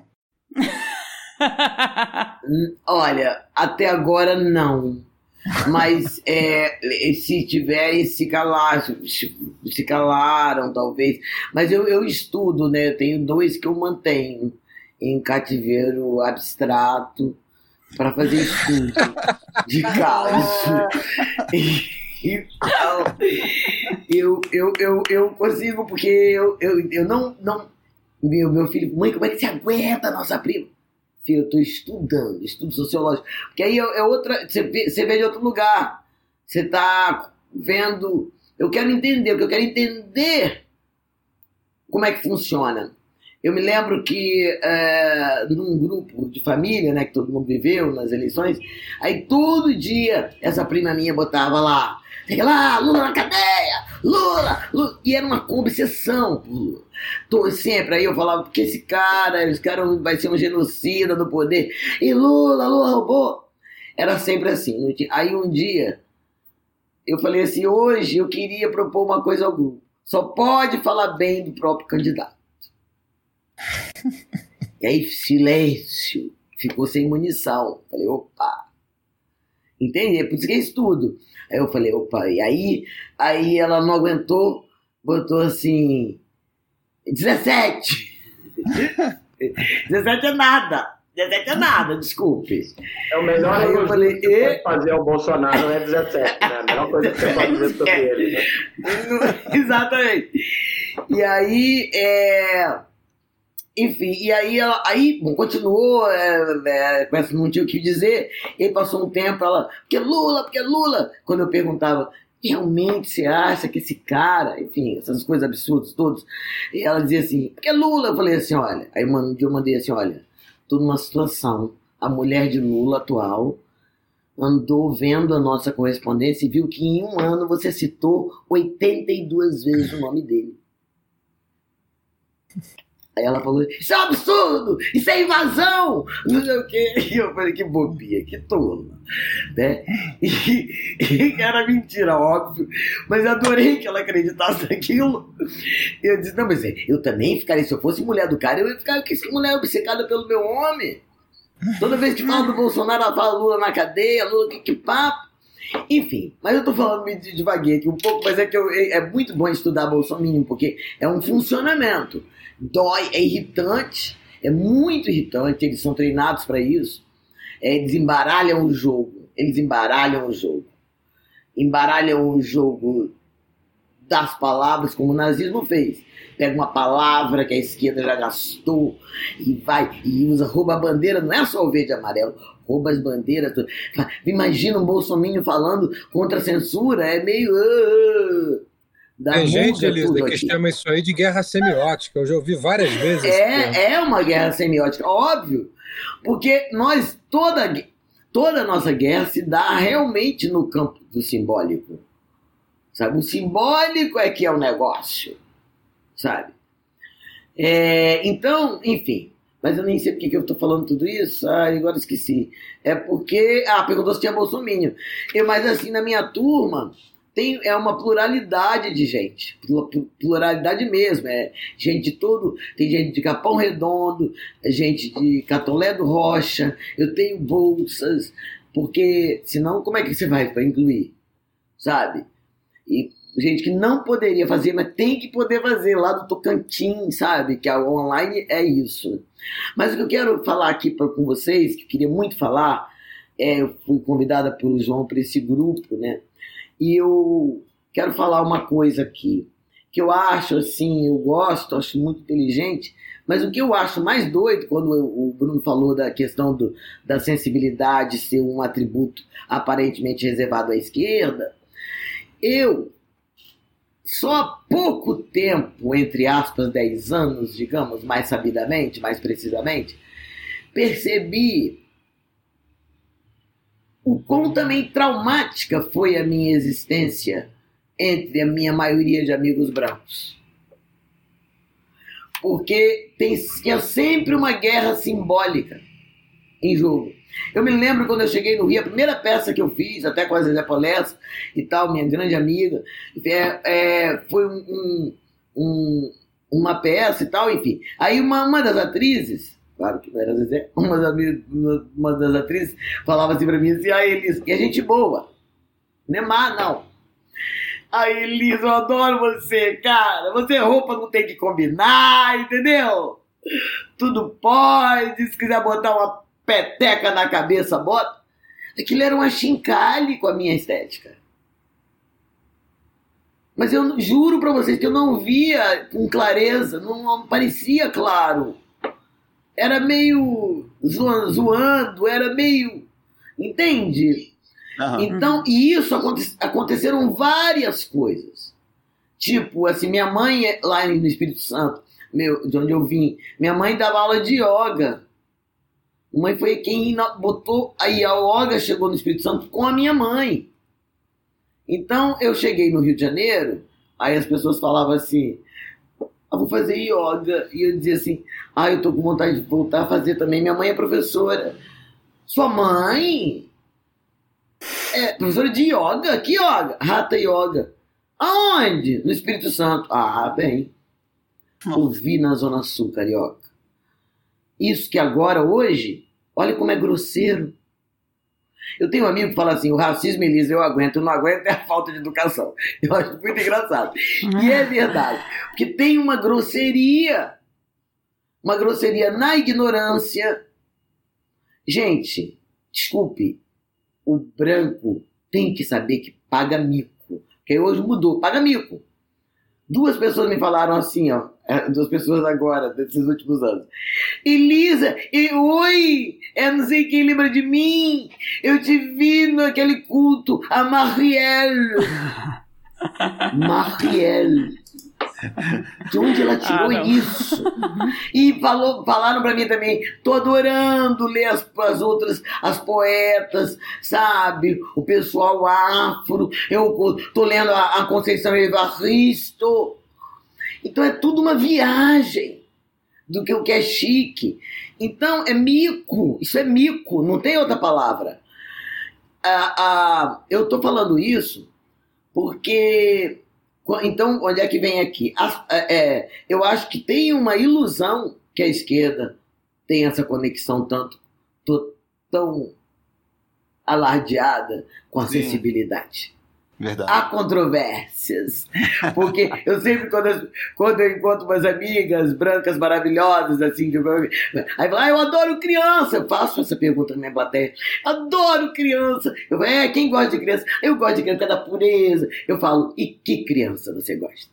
Olha, até agora não. Mas é, se tiverem, se calaram, se calaram, talvez. Mas eu, eu estudo, né? Eu tenho dois que eu mantenho em cativeiro abstrato para fazer estudo de caso. Então, eu, eu, eu, eu consigo, porque eu, eu, eu não, não... Meu, meu filho, mãe, como é que você aguenta a nossa prima? Filho, eu estou estudando, estudo sociológico. Porque aí é, é outra... Você vê, você vê de outro lugar. Você está vendo... Eu quero entender, porque eu quero entender como é que funciona. Eu me lembro que é, num grupo de família, né, que todo mundo viveu nas eleições, aí todo dia essa prima minha botava lá, sei lá, Lula na cadeia, Lula, Lula, e era uma obsessão por Lula. Tô, sempre, aí eu falava, porque esse cara, esse cara vai ser um genocida do poder, e Lula, Lula roubou. Era sempre assim. Aí um dia, eu falei assim, hoje eu queria propor uma coisa ao grupo, só pode falar bem do próprio candidato. E aí, silêncio, ficou sem munição. Falei, opa, entende? É por isso que é estudo. Aí eu falei, opa, e aí, aí ela não aguentou, botou assim, dezessete. dezessete é nada. dezessete nada, desculpe. É o melhor Aí eu elogio falei, que você e... pode fazer ao Bolsonaro é dezessete, né? A melhor coisa que você pode dizer sobre ele. Né? Exatamente. E aí, é... enfim, e aí ela aí, bom, continuou, é, é, com essa não tinha o que dizer, e aí passou um tempo, ela, porque Lula, porque Lula, quando eu perguntava, realmente você acha que esse cara, enfim, essas coisas absurdas todas, e ela dizia assim, porque Lula, eu falei assim, olha, aí um dia eu mandei assim, olha, tô numa situação, a mulher de Lula atual andou vendo a nossa correspondência e viu que em um ano você citou oitenta e duas vezes o nome dele. Aí ela falou, isso é um absurdo, isso é invasão, não sei o quê. E eu falei, que bobinha, que tola, né? E, e era mentira, óbvio, mas adorei que ela acreditasse naquilo. E eu disse, não, mas eu também ficaria, se eu fosse mulher do cara, eu ia ficar com essa mulher obcecada pelo meu homem. Toda vez que fala do Bolsonaro, ela fala Lula na cadeia, Lula, que, que papo. Enfim, mas eu tô falando meio devagar aqui um pouco, mas é que eu, é, é muito bom estudar Bolsonaro, porque é um funcionamento. Dói, é irritante, é muito irritante, eles são treinados para isso. É, eles embaralham o jogo, eles embaralham o jogo. Embaralham o jogo das palavras, como o nazismo fez. Pega uma palavra que a esquerda já gastou e vai, e usa, rouba a bandeira, não é só o verde e amarelo, rouba as bandeiras. Imagina um bolsominion falando contra a censura, é meio... Uh, Tem gente, Elisa, que chama isso aí de guerra semiótica. Eu já ouvi várias vezes. É, é uma guerra semiótica, óbvio. Porque nós, toda, toda a nossa guerra se dá realmente no campo do simbólico. Sabe? O simbólico é que é o negócio. Sabe? É, então, enfim. Mas eu nem sei porque que eu estou falando tudo isso. Ah, agora esqueci. É porque... Ah, perguntou se tinha bolsominion. Eu, mas assim, na minha turma... Tem, é uma pluralidade de gente, pluralidade mesmo, é gente de todo, tem gente de Capão Redondo, gente de Catolé do Rocha, eu tenho bolsas, porque senão como é que você vai para incluir, sabe? E gente que não poderia fazer, mas tem que poder fazer, lá do Tocantins, sabe? Que a online é isso. Mas o que eu quero falar aqui pra, com vocês, que eu queria muito falar, é, eu fui convidada pelo João para esse grupo, né? E eu quero falar uma coisa aqui, que eu acho assim, eu gosto, acho muito inteligente, mas o que eu acho mais doido, quando eu, o Bruno falou da questão do, da sensibilidade ser um atributo aparentemente reservado à esquerda, eu, só há pouco tempo, entre aspas, dez anos, digamos, mais sabidamente, mais precisamente, percebi o quão também traumática foi a minha existência entre a minha maioria de amigos brancos. Porque tem, tinha sempre uma guerra simbólica em jogo. Eu me lembro quando eu cheguei no Rio, a primeira peça que eu fiz, até com a Zezé Polessa e tal, minha grande amiga, é, é, foi um, um, um, uma peça e tal, enfim. Aí uma, uma das atrizes, claro que não era Zezé, uma das, uma das atrizes falava assim pra mim, assim, ah, Elisa, e a gente boa, não é má, não. Aí, Elisa, eu adoro você, cara, você roupa não tem que combinar, entendeu? Tudo pode, se quiser botar uma peteca na cabeça, bota. Aquilo era um achincalhe com a minha estética. Mas eu juro pra vocês que eu não via com clareza, não parecia claro. Era meio zoando, zoando, era meio... Entende? Uhum. Então, e isso aconte, aconteceram várias coisas. Tipo, assim, minha mãe, lá no Espírito Santo, meu, de onde eu vim, minha mãe dava aula de yoga. Minha mãe foi quem botou... Aí a yoga chegou no Espírito Santo com a minha mãe. Então, eu cheguei no Rio de Janeiro, aí as pessoas falavam assim... Eu vou fazer yoga. E eu dizia assim, ah, eu tô com vontade de voltar a fazer também. Minha mãe é professora. Sua mãe? É professora de yoga? Que yoga? Hatha Yoga. Aonde? No Espírito Santo. Ah, bem. Ouvi na Zona Sul, carioca. Isso que agora, hoje, olha como é grosseiro. Eu tenho um amigo que fala assim, o racismo, Elisa, eu aguento, eu não aguento é a falta de educação. Eu acho muito engraçado. E é verdade, porque tem uma grosseria, uma grosseria na ignorância, Gente, desculpe, o branco tem que saber que paga mico. Porque hoje mudou, paga mico. Duas pessoas me falaram assim, ó. Duas pessoas agora, desses últimos anos. Elisa, e, oi, é não sei quem lembra de mim. Eu te vi naquele culto, a Marielle. Marielle. De onde ela tirou ah, isso? E falou, falaram pra mim também, tô adorando ler as, as outras, as poetas, sabe? O pessoal afro, eu tô lendo a, a Conceição Evaristo. Então é tudo uma viagem do que o que é chique. Então é mico, isso é mico, não tem outra palavra. Ah, ah, eu tô falando isso porque... Então, onde é que vem aqui? É, eu acho que tem uma ilusão que a esquerda tem essa conexão tanto, tão alardeada com a Sim. sensibilidade. Verdade. Há controvérsias. Porque eu sempre, quando eu, quando eu encontro umas amigas brancas maravilhosas, assim, de, aí falo, ah, eu adoro criança. Eu faço essa pergunta na minha plateia. Adoro criança. Eu falo, é, quem gosta de criança? Eu gosto de criança da pureza. Eu falo, e que criança você gosta?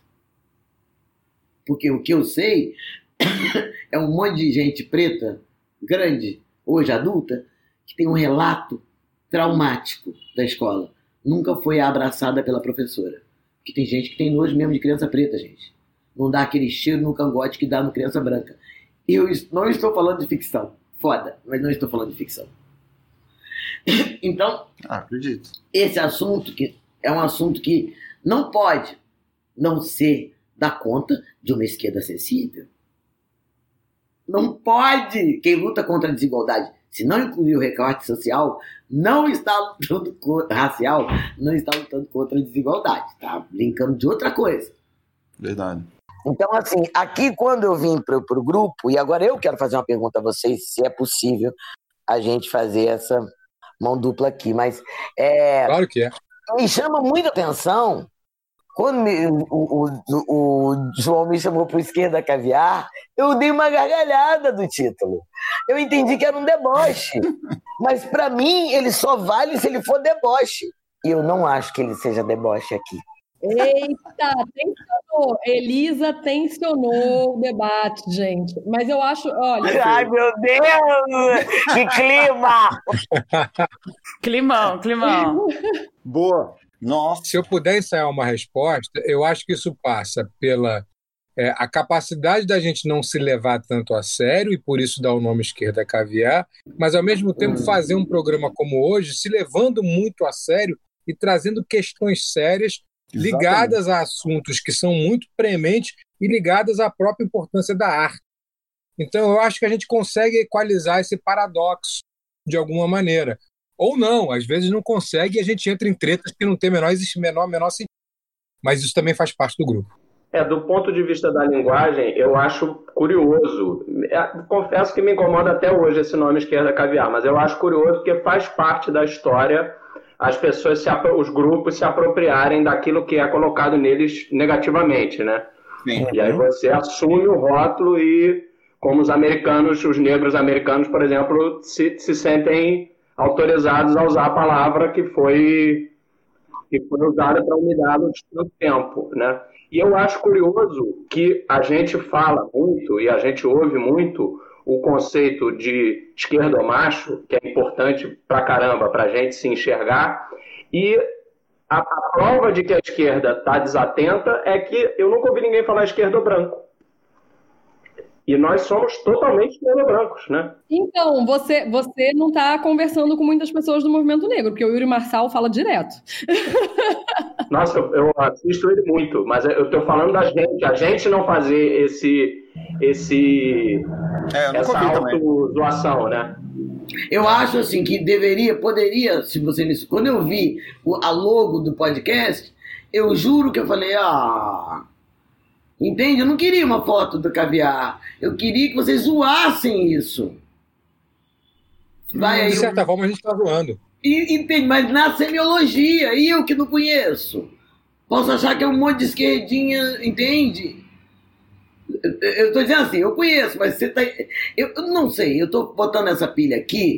Porque o que eu sei é um monte de gente preta, grande, hoje adulta, que tem um relato traumático da escola. Nunca foi abraçada pela professora. Porque tem gente que tem nojo mesmo de criança preta, gente. Não dá aquele cheiro no cangote que dá no criança branca. Eu não estou falando de ficção. Foda, mas não estou falando de ficção. Então, ah, acredito. Esse assunto que é um assunto que não pode não ser dar conta de uma esquerda sensível. Não pode. Quem luta contra a desigualdade, se não incluir o recorte social, não está lutando contra racial, não está lutando contra a desigualdade, está brincando de outra coisa. Verdade. Então, assim, aqui quando eu vim para o grupo, e agora eu quero fazer uma pergunta a vocês, se é possível a gente fazer essa mão dupla aqui, mas é, claro que é. Me chama muita atenção quando me, o, o, o, o João me chamou para o Esquerda Caviar, eu dei uma gargalhada do título. Eu entendi que era um deboche. Mas para mim ele só vale se ele for deboche. E eu não acho que ele seja deboche aqui. Eita, tensionou. Elisa tensionou o debate, gente. Mas eu acho, olha... Ai, meu Deus! Que clima! Climão, climão. Boa. Nossa. Se eu puder ensaiar uma resposta, eu acho que isso passa pela é, a capacidade da gente não se levar tanto a sério, e por isso dar o nome Esquerda Caviar, mas ao mesmo tempo fazer um programa como hoje, se levando muito a sério e trazendo questões sérias ligadas Exatamente. A assuntos que são muito prementes e ligadas à própria importância da arte. Então eu acho que a gente consegue equalizar esse paradoxo de alguma maneira. Ou não, às vezes não consegue e a gente entra em tretas que não tem menor, menor, menor sentido. Mas isso também faz parte do grupo. É, do ponto de vista da linguagem, eu acho curioso. É, confesso que me incomoda até hoje esse nome Esquerda Caviar, mas eu acho curioso porque faz parte da história as pessoas, se, os grupos se apropriarem daquilo que é colocado neles negativamente, né? Sim. E aí você assume o rótulo e, como os americanos, os negros americanos, por exemplo, se, se sentem autorizados a usar a palavra que foi, que foi usada para humilhá-los no tempo, né? E eu acho curioso que a gente fala muito e a gente ouve muito o conceito de esquerdomacho, que é importante pra caramba para a gente se enxergar, e a, a prova de que a esquerda está desatenta é que eu nunca ouvi ninguém falar esquerdo branco. E nós somos totalmente esquerdo-brancos, né? Então, você, você não está conversando com muitas pessoas do movimento negro, porque o Yuri Marçal fala direto. Nossa, eu, eu assisto ele muito, mas eu estou falando da gente, a gente não fazer esse, esse, é, essa autodoação, né? Eu acho assim que deveria, poderia, se você me... Quando eu vi a logo do podcast, eu juro que eu falei, ah... Entende? Eu não queria uma foto do Caviar. Eu queria que vocês zoassem isso. Vai, de certa eu... forma a gente está zoando. E, entende? Mas na semiologia, e eu que não conheço. Posso achar que é um monte de esquerdinha, entende? Eu estou dizendo assim, eu conheço, mas você está... Eu, eu não sei, eu estou botando essa pilha aqui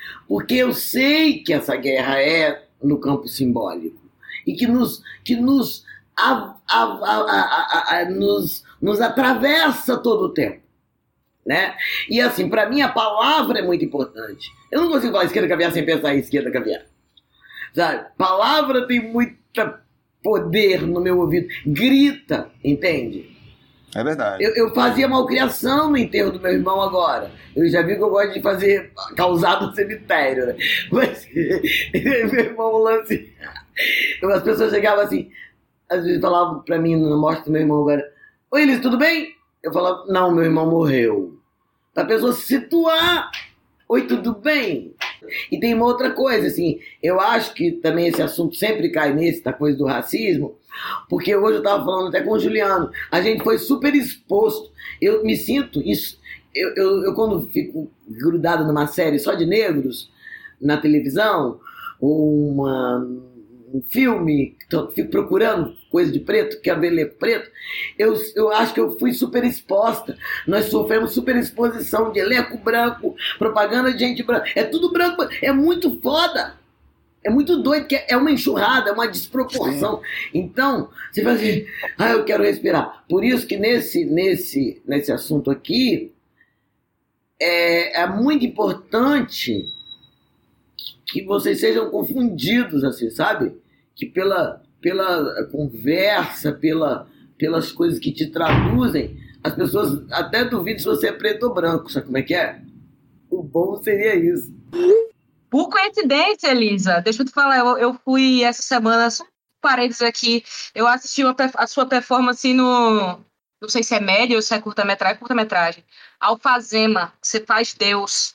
Porque eu sei que essa guerra é no campo simbólico e que nos, que nos, a, a, a, a, a, nos, nos atravessa todo o tempo. Né? E assim, para mim a palavra é muito importante. Eu não consigo falar esquerda caviar sem pensar em esquerda caviar. Sabe? Palavra tem muito poder no meu ouvido. Grita, entende? É verdade. Eu, eu fazia malcriação no enterro do meu irmão agora. Eu já vi que eu gosto de fazer causado no cemitério, né? Mas meu irmão lance. As pessoas chegavam assim, às vezes falavam pra mim na morte do meu irmão agora: Oi, Elis, tudo bem? Eu falava: Não, meu irmão morreu. Pra pessoa se situar: Oi, tudo bem? E tem uma outra coisa, assim, eu acho que também esse assunto sempre cai nesse, da coisa do racismo, porque hoje eu estava falando até com o Juliano, a gente foi super exposto. Eu me sinto isso, eu, eu, eu quando fico grudado numa série só de negros na televisão, ou uma, um filme, então, fico procurando coisa de preto, quero ver ler preto, eu, eu acho que eu fui super exposta. Nós sofremos super exposição de elenco branco, propaganda de gente branca, é tudo branco, é muito foda. É muito doido, porque é uma enxurrada, é uma desproporção. Sim. Então, você fala assim: ah, eu quero respirar. Por isso que nesse, nesse, nesse assunto aqui, é, é muito importante que vocês sejam confundidos, assim, sabe? Que pela, pela conversa, pela, pelas coisas que te traduzem, as pessoas até duvidam se você é preto ou branco. Sabe como é que é? O bom seria isso. Por coincidência, Elisa, deixa eu te falar, eu, eu fui essa semana, só parênteses aqui, eu assisti uma, a sua performance no, não sei se é média ou se é curta-metragem, curta-metragem, Alfazema, Você Faz Deus.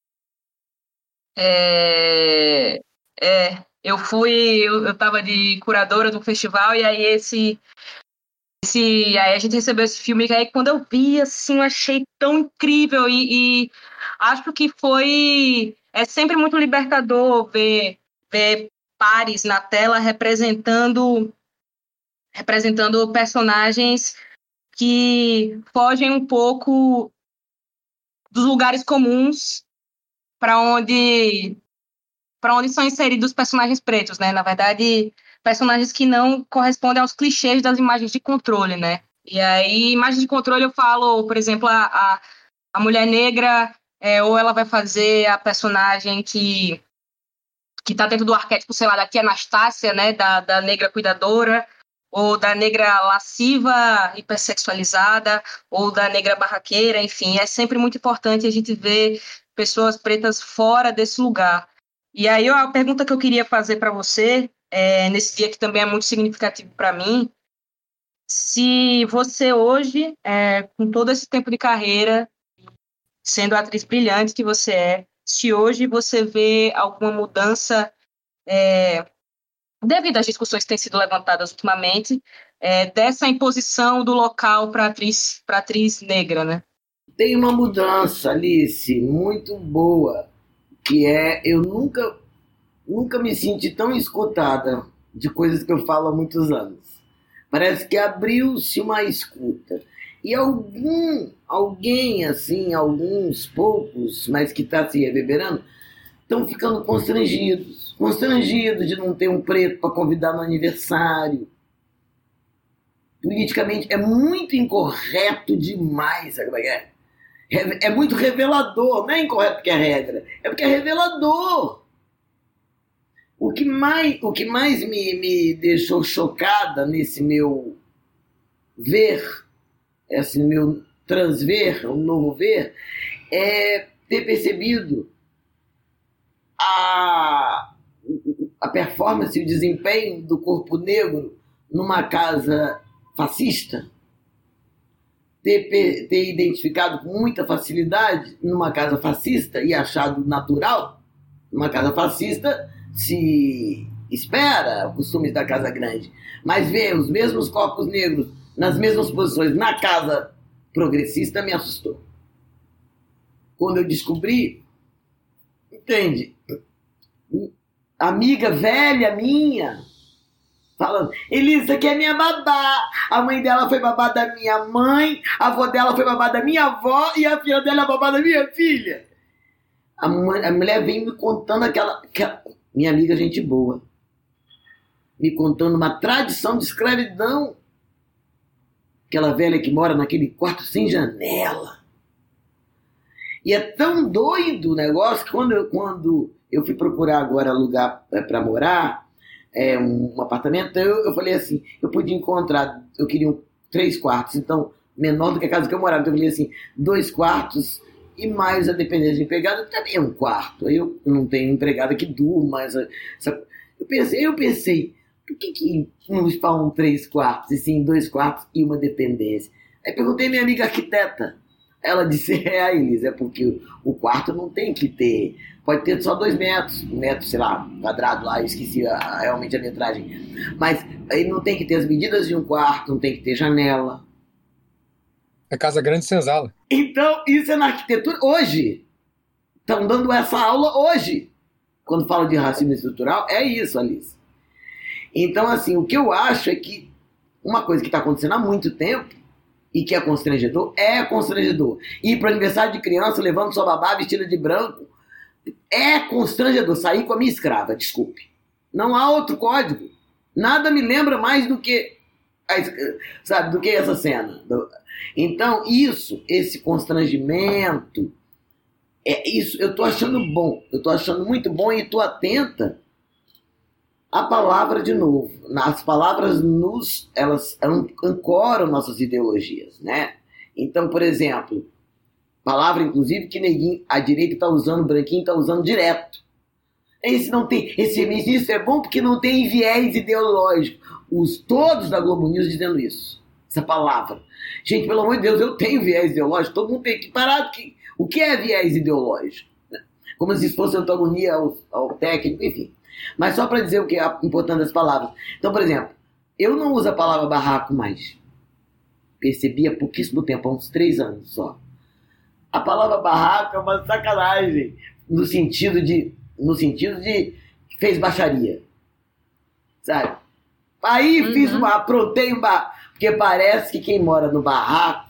É, é, eu fui, eu, eu tava de curadora do festival, e aí esse, esse, aí a gente recebeu esse filme, e aí quando eu vi, assim, eu achei tão incrível, e, e acho que foi... É sempre muito libertador ver, ver pares na tela representando, representando personagens que fogem um pouco dos lugares comuns para onde, para onde são inseridos os personagens pretos, né? Na verdade, personagens que não correspondem aos clichês das imagens de controle, né? E aí, imagem de controle, eu falo, por exemplo, a, a, a mulher negra... É, ou ela vai fazer a personagem que que tá dentro do arquétipo, sei lá, da tia Anastácia, né, da, da negra cuidadora, ou da negra lasciva, hipersexualizada, ou da negra barraqueira, enfim, é sempre muito importante a gente ver pessoas pretas fora desse lugar. E aí a pergunta que eu queria fazer para você, é, nesse dia que também é muito significativo para mim, se você hoje, é, com todo esse tempo de carreira, sendo a atriz brilhante que você é, se hoje você vê alguma mudança, é, devido às discussões que têm sido levantadas ultimamente, é, dessa imposição do local para atriz, para atriz negra, né? Tem uma mudança, Alice, muito boa, que é, eu nunca, nunca me senti tão escutada de coisas que eu falo há muitos anos. Parece que abriu-se uma escuta. E algum, alguém, assim, alguns poucos, mas que está se reverberando, estão ficando constrangidos. Constrangidos de não ter um preto para convidar no aniversário. Politicamente é muito incorreto demais, sabe como é que é? É muito revelador, não é incorreto porque é regra, é porque é revelador. O que mais, o que mais me, me deixou chocada nesse meu ver, esse meu transver, um novo ver, é ter percebido a, a performance e o desempenho do corpo negro numa casa fascista, ter, ter identificado com muita facilidade numa casa fascista e achado natural. Numa casa fascista se espera costumes da casa grande, mas ver os mesmos corpos negros nas mesmas posições na casa progressista me assustou. Quando eu descobri, entende, amiga velha minha falando: Elisa, que é minha babá, a mãe dela foi babá da minha mãe, a avó dela foi babá da minha avó e a filha dela é babá da minha filha. A, mãe, a mulher vem me contando aquela, aquela... Minha amiga, gente boa. Me contando uma tradição de escravidão. Aquela velha que mora naquele quarto sem janela. E é tão doido o negócio que quando eu, quando eu fui procurar agora lugar para morar, é, um, um apartamento, eu, eu falei assim, eu podia encontrar, eu queria um, três quartos, então menor do que a casa que eu morava. Então eu falei assim, dois quartos e mais a dependência de empregada, também é um quarto. Aí eu não tenho empregada que durma. Essa, essa, eu pensei, eu pensei, por que, que não falam três quartos, e sim dois quartos e uma dependência? Aí perguntei à minha amiga arquiteta. Ela disse, é, Elisa, é porque o quarto não tem que ter, pode ter só dois metros, um metro, sei lá, quadrado lá, eu esqueci a, realmente a metragem. Mas aí não tem que ter as medidas de um quarto, não tem que ter janela. É casa grande senzala. Então, isso é na arquitetura hoje. Estão dando essa aula hoje. Quando falo de racismo estrutural, é isso, Alice. Então, assim, o que eu acho é que uma coisa que está acontecendo há muito tempo e que é constrangedor, é constrangedor. Ir para o aniversário de criança levando sua babá vestida de branco é constrangedor. Sair com a minha escrava, desculpe. Não há outro código. Nada me lembra mais do que, sabe, do que essa cena. Então, isso, esse constrangimento, é isso, eu estou achando bom. Eu estou achando muito bom e estou atenta à palavra de novo. As palavras nos, elas ancoram nossas ideologias, né? Então, por exemplo, palavra, inclusive, que neguinho, a direita está usando, o branquinho está usando direto. Esse não tem, esse feminismo é bom porque não tem viés ideológico. Os todos da Globo News dizendo isso. Essa palavra. Gente, pelo amor de Deus, eu tenho viés ideológico. Todo mundo tem que parar. Que, o que é viés ideológico? Como se fosse antagonia ao, ao técnico, enfim. Mas só para dizer o que é importante das palavras. Então, por exemplo, eu não uso a palavra barraco mais. Percebi há pouquíssimo tempo, há uns três anos só. A palavra barraco é uma sacanagem. No sentido de... No sentido de... Fez baixaria. Sabe? Aí uhum. fiz uma... Aprontei um barraco. Porque parece que quem mora no barraco...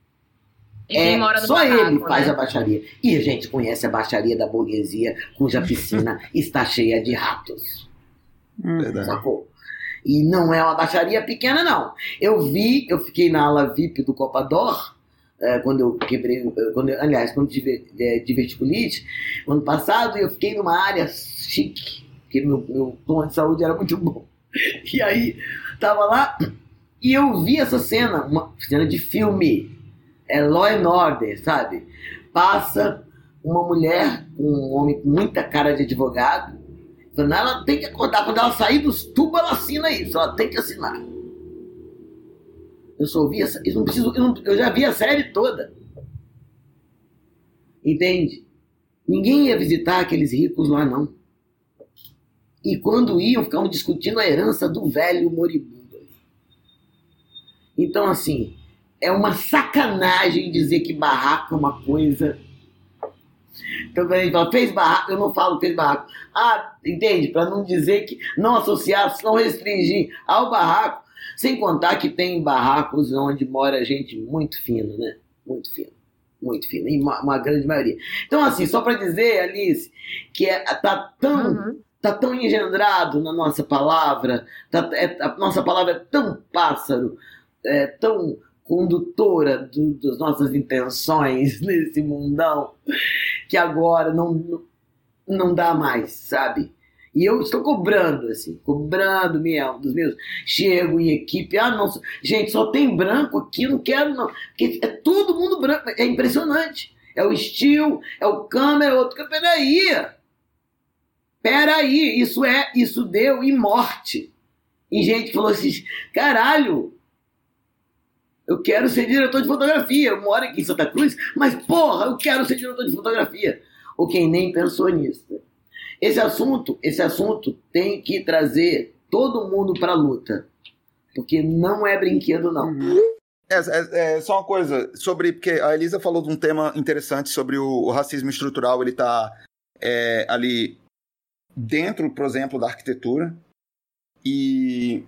E quem é, mora no só barraco, ele faz né? a baixaria. E a gente conhece a baixaria da burguesia, cuja piscina está cheia de ratos. Verdade. Sacou? E não é uma baixaria pequena, não. Eu vi, eu fiquei na ala V I P do Copador, é, quando eu quebrei, quando eu, aliás, quando tive é, diverticulite, ano passado, eu fiquei numa área chique, porque meu, meu plano de saúde era muito bom. E aí, tava lá, e eu vi essa cena, uma cena de filme. É Law and Order, sabe? Passa uma mulher, um homem com muita cara de advogado, falando, ela tem que acordar, quando ela sair dos tubos, ela assina isso, ela tem que assinar. Eu só ouvi essa, eu não preciso, eu, não, eu já vi a série toda. Entende? Ninguém ia visitar aqueles ricos lá, não. E quando iam, ficavam discutindo a herança do velho moribundo. Então, assim... É uma sacanagem dizer que barraco é uma coisa. Então, quando a gente fala, fez barraco, eu não falo fez barraco. Ah, entende? Para não dizer que não associar, não restringir ao barraco. Sem contar que tem barracos onde mora gente muito fina, né? Muito fina. Muito fina. E uma, uma grande maioria. Então, assim, só para dizer, Alice, que é, tá tão. Uhum. Tá tão engendrado na nossa palavra, tá, é, a nossa palavra é tão pássaro, é tão condutora do, das nossas intenções nesse mundão, que agora não, não dá mais, sabe? E eu estou cobrando, assim, cobrando minha, dos meus. Chego em equipe, ah, não, gente, só tem branco aqui, não quero não. Porque é todo mundo branco, é impressionante. É o estilo, é o câmera, outro. Peraí, peraí, isso é, isso deu em morte. E gente que falou assim, caralho, eu quero ser diretor de fotografia. Eu moro aqui em Santa Cruz, mas porra, eu quero ser diretor de fotografia. Ou quem nem pensou nisso. Esse assunto, esse assunto tem que trazer todo mundo para a luta. Porque não é brinquedo, não. É, é, é só uma coisa, sobre, porque a Elisa falou de um tema interessante sobre o, o racismo estrutural, ele está é, ali dentro, por exemplo, da arquitetura. E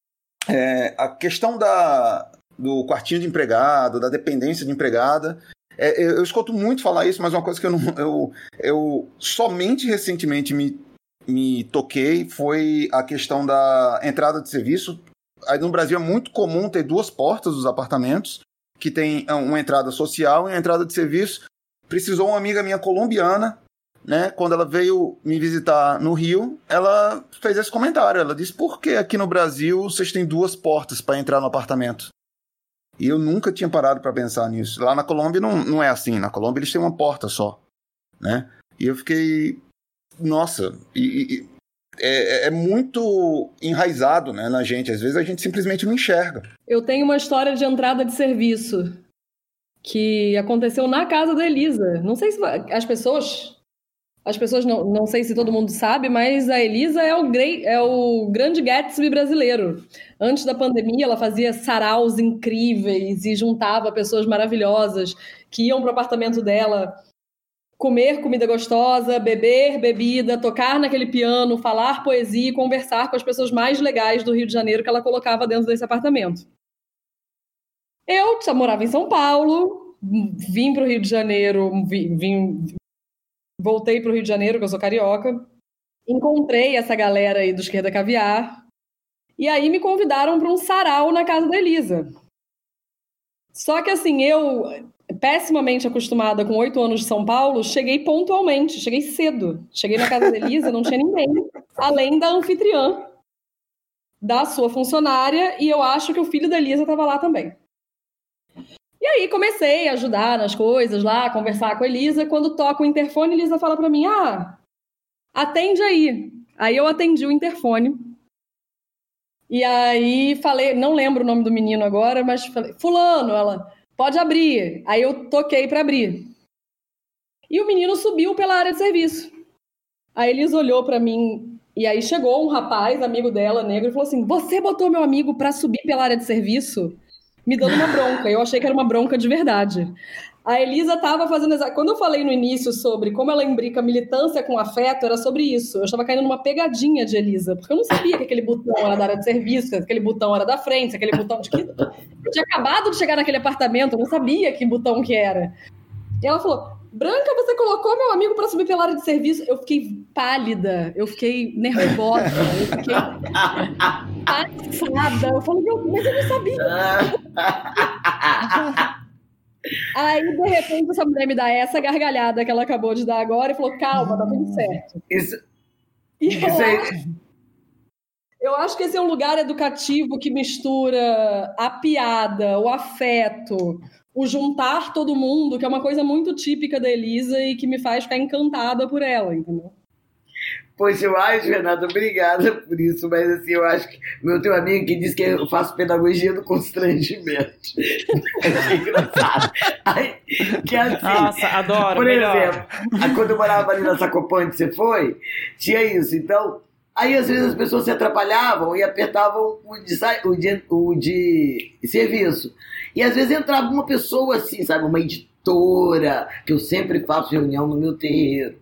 é, a questão da... do quartinho de empregado, da dependência de empregada, É, eu, eu escuto muito falar isso, mas uma coisa que eu não. Eu, eu somente recentemente me, me toquei foi a questão da entrada de serviço. Aí no Brasil é muito comum ter duas portas dos apartamentos, que tem uma entrada social e uma entrada de serviço. Precisou uma amiga minha colombiana, né, quando ela veio me visitar no Rio, ela fez esse comentário. Ela disse, por que aqui no Brasil vocês têm duas portas para entrar no apartamento? E eu nunca tinha parado para pensar nisso. Lá na Colômbia não, não é assim. Na Colômbia eles têm uma porta só, né? E eu fiquei... Nossa, e, e, é, é muito enraizado, né, na gente. Às vezes a gente simplesmente não enxerga. Eu tenho uma história de entrada de serviço que aconteceu na casa da Elisa. Não sei se as pessoas... As pessoas, não, não sei se todo mundo sabe, mas a Elisa é o, grey, é o grande Gatsby brasileiro. Antes da pandemia, ela fazia saraus incríveis e juntava pessoas maravilhosas que iam para o apartamento dela comer comida gostosa, beber bebida, tocar naquele piano, falar poesia e conversar com as pessoas mais legais do Rio de Janeiro que ela colocava dentro desse apartamento. Eu já morava em São Paulo, vim para o Rio de Janeiro, vim... vim Voltei para o Rio de Janeiro, que eu sou carioca. Encontrei essa galera aí do Esquerda Caviar. E aí me convidaram para um sarau na casa da Elisa. Só que assim, eu, pessimamente acostumada com oito anos de São Paulo, cheguei pontualmente, cheguei cedo. Cheguei na casa da Elisa, não tinha ninguém, além da anfitriã, da sua funcionária, e eu acho que o filho da Elisa estava lá também. E aí comecei a ajudar nas coisas lá, conversar com a Elisa. Quando toca o interfone, a Elisa fala pra mim, ah, atende aí. Aí eu atendi o interfone. E aí falei, não lembro o nome do menino agora, mas falei, fulano, ela, pode abrir. Aí eu toquei pra abrir. E o menino subiu pela área de serviço. A Elisa olhou pra mim, e aí chegou um rapaz, amigo dela, negro, e falou assim, você botou meu amigo pra subir pela área de serviço? Me dando uma bronca. Eu achei que era uma bronca de verdade. A Elisa estava fazendo... Exa... Quando eu falei no início sobre como ela imbrica militância com afeto, era sobre isso. Eu estava caindo numa pegadinha de Elisa, porque eu não sabia que aquele botão era da área de serviço, que aquele botão era da frente, aquele botão de... Eu tinha acabado de chegar naquele apartamento, eu não sabia que botão que era. E ela falou, Branca, você colocou meu amigo para subir pela área de serviço? Eu fiquei pálida, eu fiquei nervosa, eu fiquei passada. Eu falei, mas eu não sabia. Aí, de repente, essa mulher me dá essa gargalhada que ela acabou de dar agora e falou, calma, tá tudo certo. Isso, e isso eu, aí... acho, eu acho que esse é um lugar educativo que mistura a piada, o afeto, o juntar todo mundo, que é uma coisa muito típica da Elisa e que me faz ficar encantada por ela, entendeu? Pois eu acho, Renata, obrigada por isso, mas assim, eu acho que meu teu amigo que diz que eu faço pedagogia do constrangimento. É engraçado. Aí, que assim, nossa, adoro. por melhor. exemplo, quando eu morava ali na Sacopã, onde você foi, tinha isso. Então, aí às vezes as pessoas se atrapalhavam e apertavam o de, o de, o de serviço. E às vezes entrava uma pessoa assim, sabe, uma editora, que eu sempre faço reunião no meu terreiro.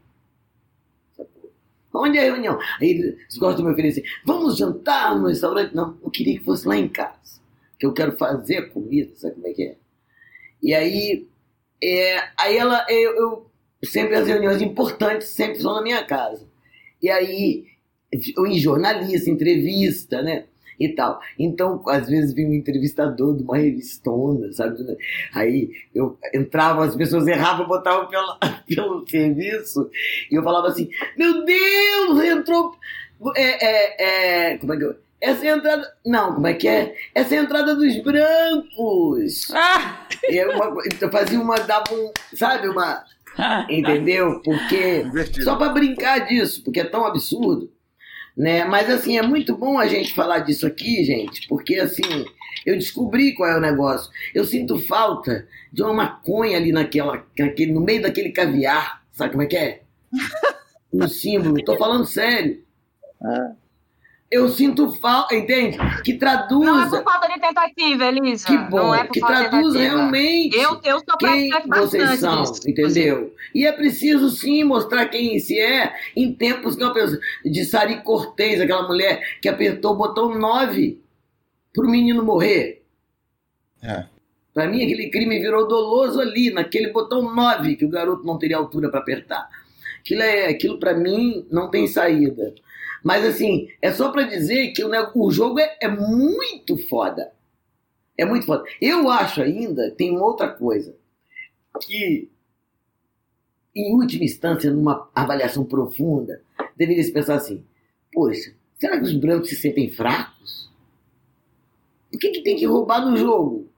Onde é a reunião? Aí eles gostam de me oferecer, vamos jantar no restaurante? Não, eu queria que fosse lá em casa, que eu quero fazer a comida, sabe como é que é? E aí, é, aí ela, eu, eu sempre as reuniões importantes sempre são na minha casa. E aí, eu em jornalista, entrevista, né? E tal. Então, às vezes vinha um entrevistador de uma revistona, sabe? Aí eu entrava, as pessoas erravam, botavam pela, pelo serviço, e eu falava assim, meu Deus, entrou... É, é, é, como é que eu... Essa é a entrada... Não, como é que é? Essa é a entrada dos brancos. Ah! E eu, uma, eu fazia uma... Dava um... Sabe, uma... Entendeu? Porque... Só para brincar disso, porque é tão absurdo. Né? Mas assim, é muito bom a gente falar disso aqui, gente, porque assim, eu descobri qual é o negócio. Eu sinto falta de uma maconha ali naquela, naquele, no meio daquele caviar, sabe como é que é? Um símbolo, tô falando sério. Eu sinto falta, entende? Que traduza. Não é por falta de tentativa, Elisa. Que bom, não é por que falta traduza de realmente eu, eu sou quem vocês são, disso, entendeu? E é preciso sim mostrar quem se é em tempos que uma pessoa, de Sari Cortez, aquela mulher que apertou o botão nove pro menino morrer. É. Para mim, aquele crime virou doloso ali, naquele botão nove, que o garoto não teria altura para apertar. Aquilo, é, aquilo para mim, não tem saída. Mas, assim, é só para dizer que o, o jogo é, é muito foda. É muito foda. Eu acho ainda, tem outra coisa, que, em última instância, numa avaliação profunda, deveria se pensar assim, poxa, será que os brancos se sentem fracos? Por que, que tem que roubar no jogo?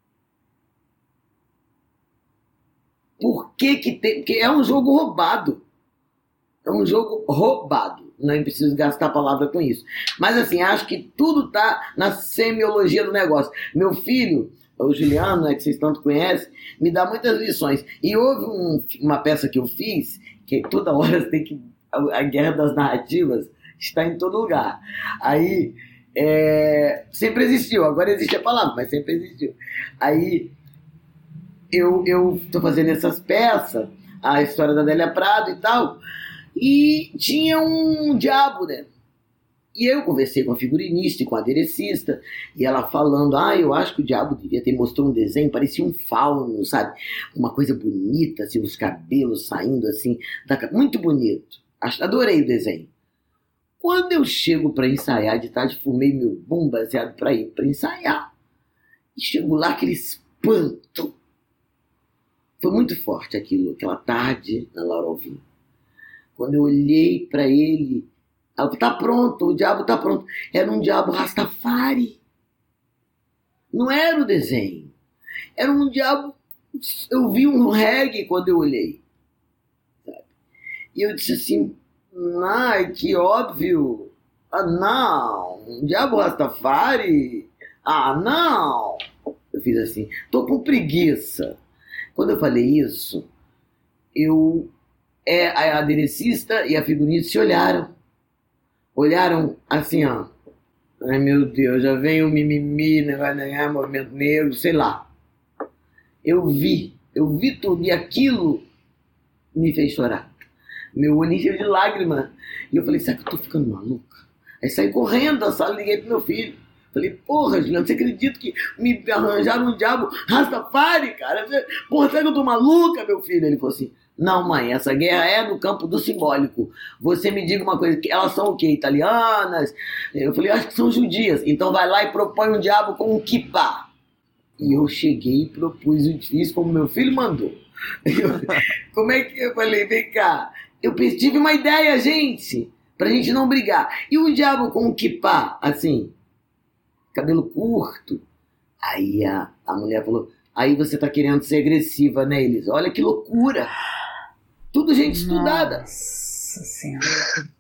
Por que que tem... Porque é um jogo roubado. É um jogo roubado. Não preciso gastar a palavra com isso. Mas assim, acho que tudo está na semiologia do negócio. Meu filho, o Juliano, né, que vocês tanto conhecem, me dá muitas lições. E houve um, uma peça que eu fiz, que toda hora você tem que... A guerra das narrativas está em todo lugar. Aí, é, sempre existiu. Agora existe a palavra, mas sempre existiu. Aí... Eu estou fazendo essas peças, a história da Adélia Prado e tal, e tinha um diabo, né? E eu conversei com a figurinista e com a aderecista, e ela falando, ah, eu acho que o diabo devia ter mostrado um desenho, parecia um fauno, sabe? Uma coisa bonita, assim, os cabelos saindo assim, da... muito bonito. Adorei o desenho. Quando eu chego para ensaiar, de tarde fumei meu bom baseado para ir para ensaiar, e chego lá, aquele espanto. Foi muito forte aquilo, aquela tarde na Laura Alvim. Quando eu olhei para ele, ela tá pronto, o diabo tá pronto. Era um diabo Rastafari. Não era o desenho. Era um diabo... Eu vi um reggae quando eu olhei. Sabe? E eu disse assim, ai, que óbvio. Ah, não, um diabo Rastafari? Ah, não. Eu fiz assim, tô com preguiça. Quando eu falei isso, eu, é, a aderecista e a figurinista se olharam. Olharam assim, ó. Ai, meu Deus, já vem o mimimi, né, vai ganhar movimento negro, sei lá. Eu vi, eu vi tudo. E aquilo me fez chorar. Meu olho encheu de lágrima. E eu falei, será que eu tô ficando maluca? Aí saí correndo da sala e liguei pro meu filho. Falei, porra, Juliano, você acredita que me arranjaram um diabo Rastafari, cara? Porra, será que eu tô maluca, meu filho? Ele falou assim, não, mãe, essa guerra é no campo do simbólico. Você me diga uma coisa, elas são o quê? Italianas? Eu falei, acho que são judias. Então vai lá e propõe um diabo com um kippah. E eu cheguei e propus o difícil como meu filho mandou. Eu, como é que eu falei, vem cá, eu tive uma ideia, gente, pra gente não brigar. E um diabo com um kippah, assim... cabelo curto. Aí a, a mulher falou, aí você tá querendo ser agressiva, né, Elis? Olha que loucura. Tudo gente estudada. Nossa Senhora.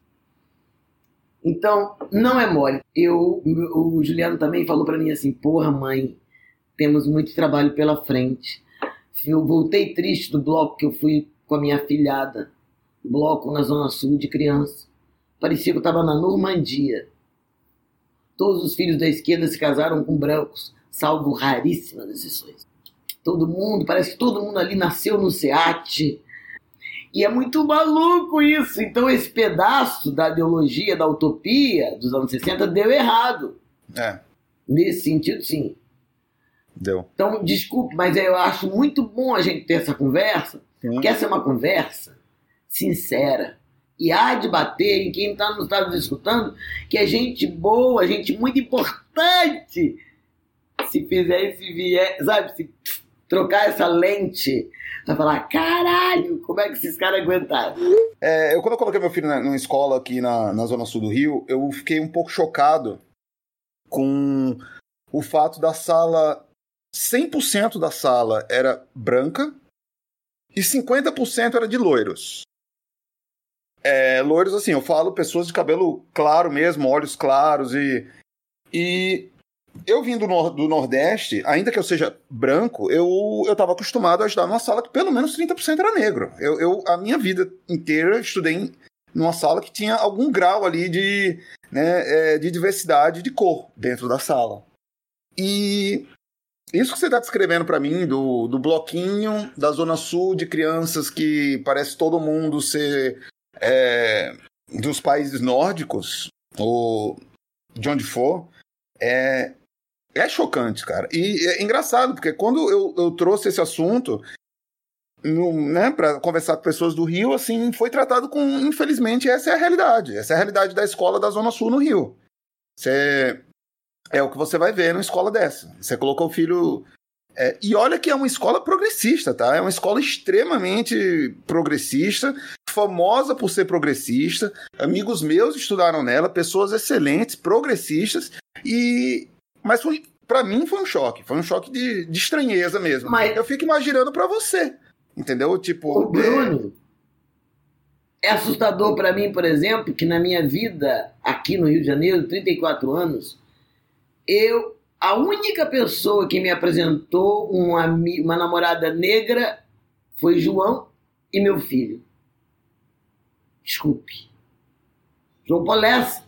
Então, não é mole. Eu, o Juliano também falou pra mim assim, porra, mãe, temos muito trabalho pela frente. Eu voltei triste do bloco que eu fui com a minha filhada. Bloco na Zona Sul de criança. Parecia que eu tava na Normandia. Todos os filhos da esquerda se casaram com brancos, salvo raríssimas exceções. Todo mundo, parece que todo mundo ali nasceu no SEAT. E é muito maluco isso. Então esse pedaço da ideologia, da utopia dos anos sessenta deu errado. É. Nesse sentido, sim. Deu. Então, desculpe, mas eu acho muito bom a gente ter essa conversa, sim. Porque essa é uma conversa sincera. E há de bater em quem está nos Estados Unidos escutando que é gente boa, gente muito importante. Se fizer esse viés, sabe, se trocar essa lente, vai falar, caralho, como é que esses caras aguentaram? É, eu, quando eu coloquei meu filho na, numa escola aqui na, na Zona Sul do Rio, eu fiquei um pouco chocado com o fato da sala, cem por cento da sala era branca e cinquenta por cento era de loiros. É, loiros, assim, eu falo pessoas de cabelo claro mesmo, olhos claros e... E eu vim do, nor- do Nordeste, ainda que eu seja branco, eu eu estava acostumado a estudar numa sala que pelo menos trinta por cento era negro. Eu, eu, a minha vida inteira estudei em, numa sala que tinha algum grau ali de, né, é, de diversidade de cor dentro da sala. E isso que você está descrevendo para mim, do, do bloquinho da Zona Sul de crianças que parece todo mundo ser... É, dos países nórdicos, ou de onde for, é, É chocante, cara. E é engraçado, porque quando eu, eu trouxe esse assunto no, né, para conversar com pessoas do Rio, assim, foi tratado com, infelizmente, essa é a realidade. Essa é a realidade da escola da Zona Sul no Rio. Você, é o que você vai ver numa escola dessa. Você colocou o filho... É, e olha que é uma escola progressista, tá? É uma escola extremamente progressista, famosa por ser progressista. Amigos meus estudaram nela, pessoas excelentes, progressistas, e... Mas foi, pra mim foi um choque, foi um choque de, de estranheza mesmo. Mas eu fico imaginando pra você, entendeu? Tipo... O Bruno, é, é assustador pra mim, por exemplo, que na minha vida, aqui no Rio de Janeiro, trinta e quatro anos, eu... A única pessoa que me apresentou uma, uma namorada negra foi João e meu filho. Desculpe. João Polessa.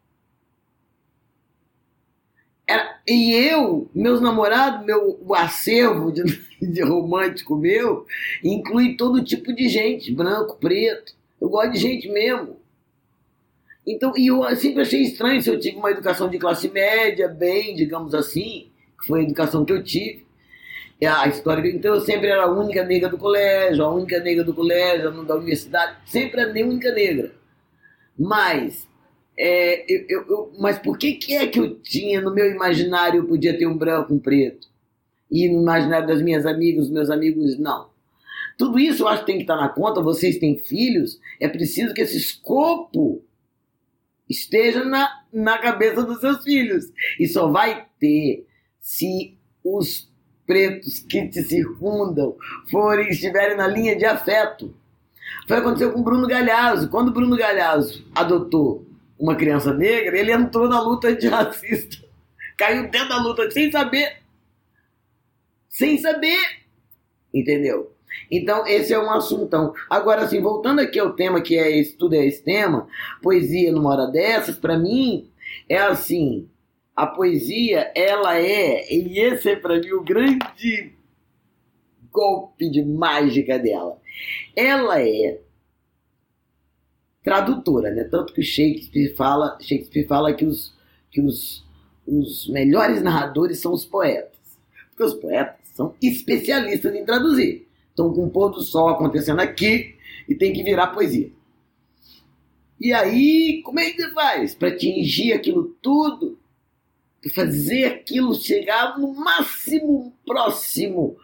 Era, e eu, meus namorados, meu, o acervo de, de romântico meu, inclui todo tipo de gente, branco, preto. Eu gosto de gente mesmo. Então, e eu sempre achei estranho se eu tive uma educação de classe média, bem, digamos assim, que foi a educação que eu tive. A história, então eu sempre era a única negra do colégio, a única negra do colégio, da universidade, sempre era a única negra. Mas, é, eu, eu, eu, mas por que, que é que eu tinha, no meu imaginário, eu podia ter um branco, um preto? E no imaginário das minhas amigas, dos meus amigos, não. Tudo isso eu acho que tem que estar na conta, vocês têm filhos, é preciso que esse escopo esteja na, na cabeça dos seus filhos. E só vai ter se os pretos que te circundam forem, estiverem na linha de afeto. Foi o que aconteceu com o Bruno Galhaço. Quando o Bruno Galhaço adotou uma criança negra, ele entrou na luta antirracista. Caiu dentro da luta sem saber. Sem saber. Entendeu? Então, esse é um assuntão. Agora, assim, voltando aqui ao tema, que é esse, tudo é esse tema, poesia numa hora dessas, para mim, é assim, a poesia, ela é, e esse é para mim o grande golpe de mágica dela, ela é tradutora, né? Tanto que o Shakespeare fala, Shakespeare fala que, os, que os, os melhores narradores são os poetas, porque os poetas são especialistas em traduzir. Estão com o pôr do sol acontecendo aqui e tem que virar poesia. E aí, como é que você faz para atingir aquilo tudo? Para fazer aquilo chegar no máximo próximo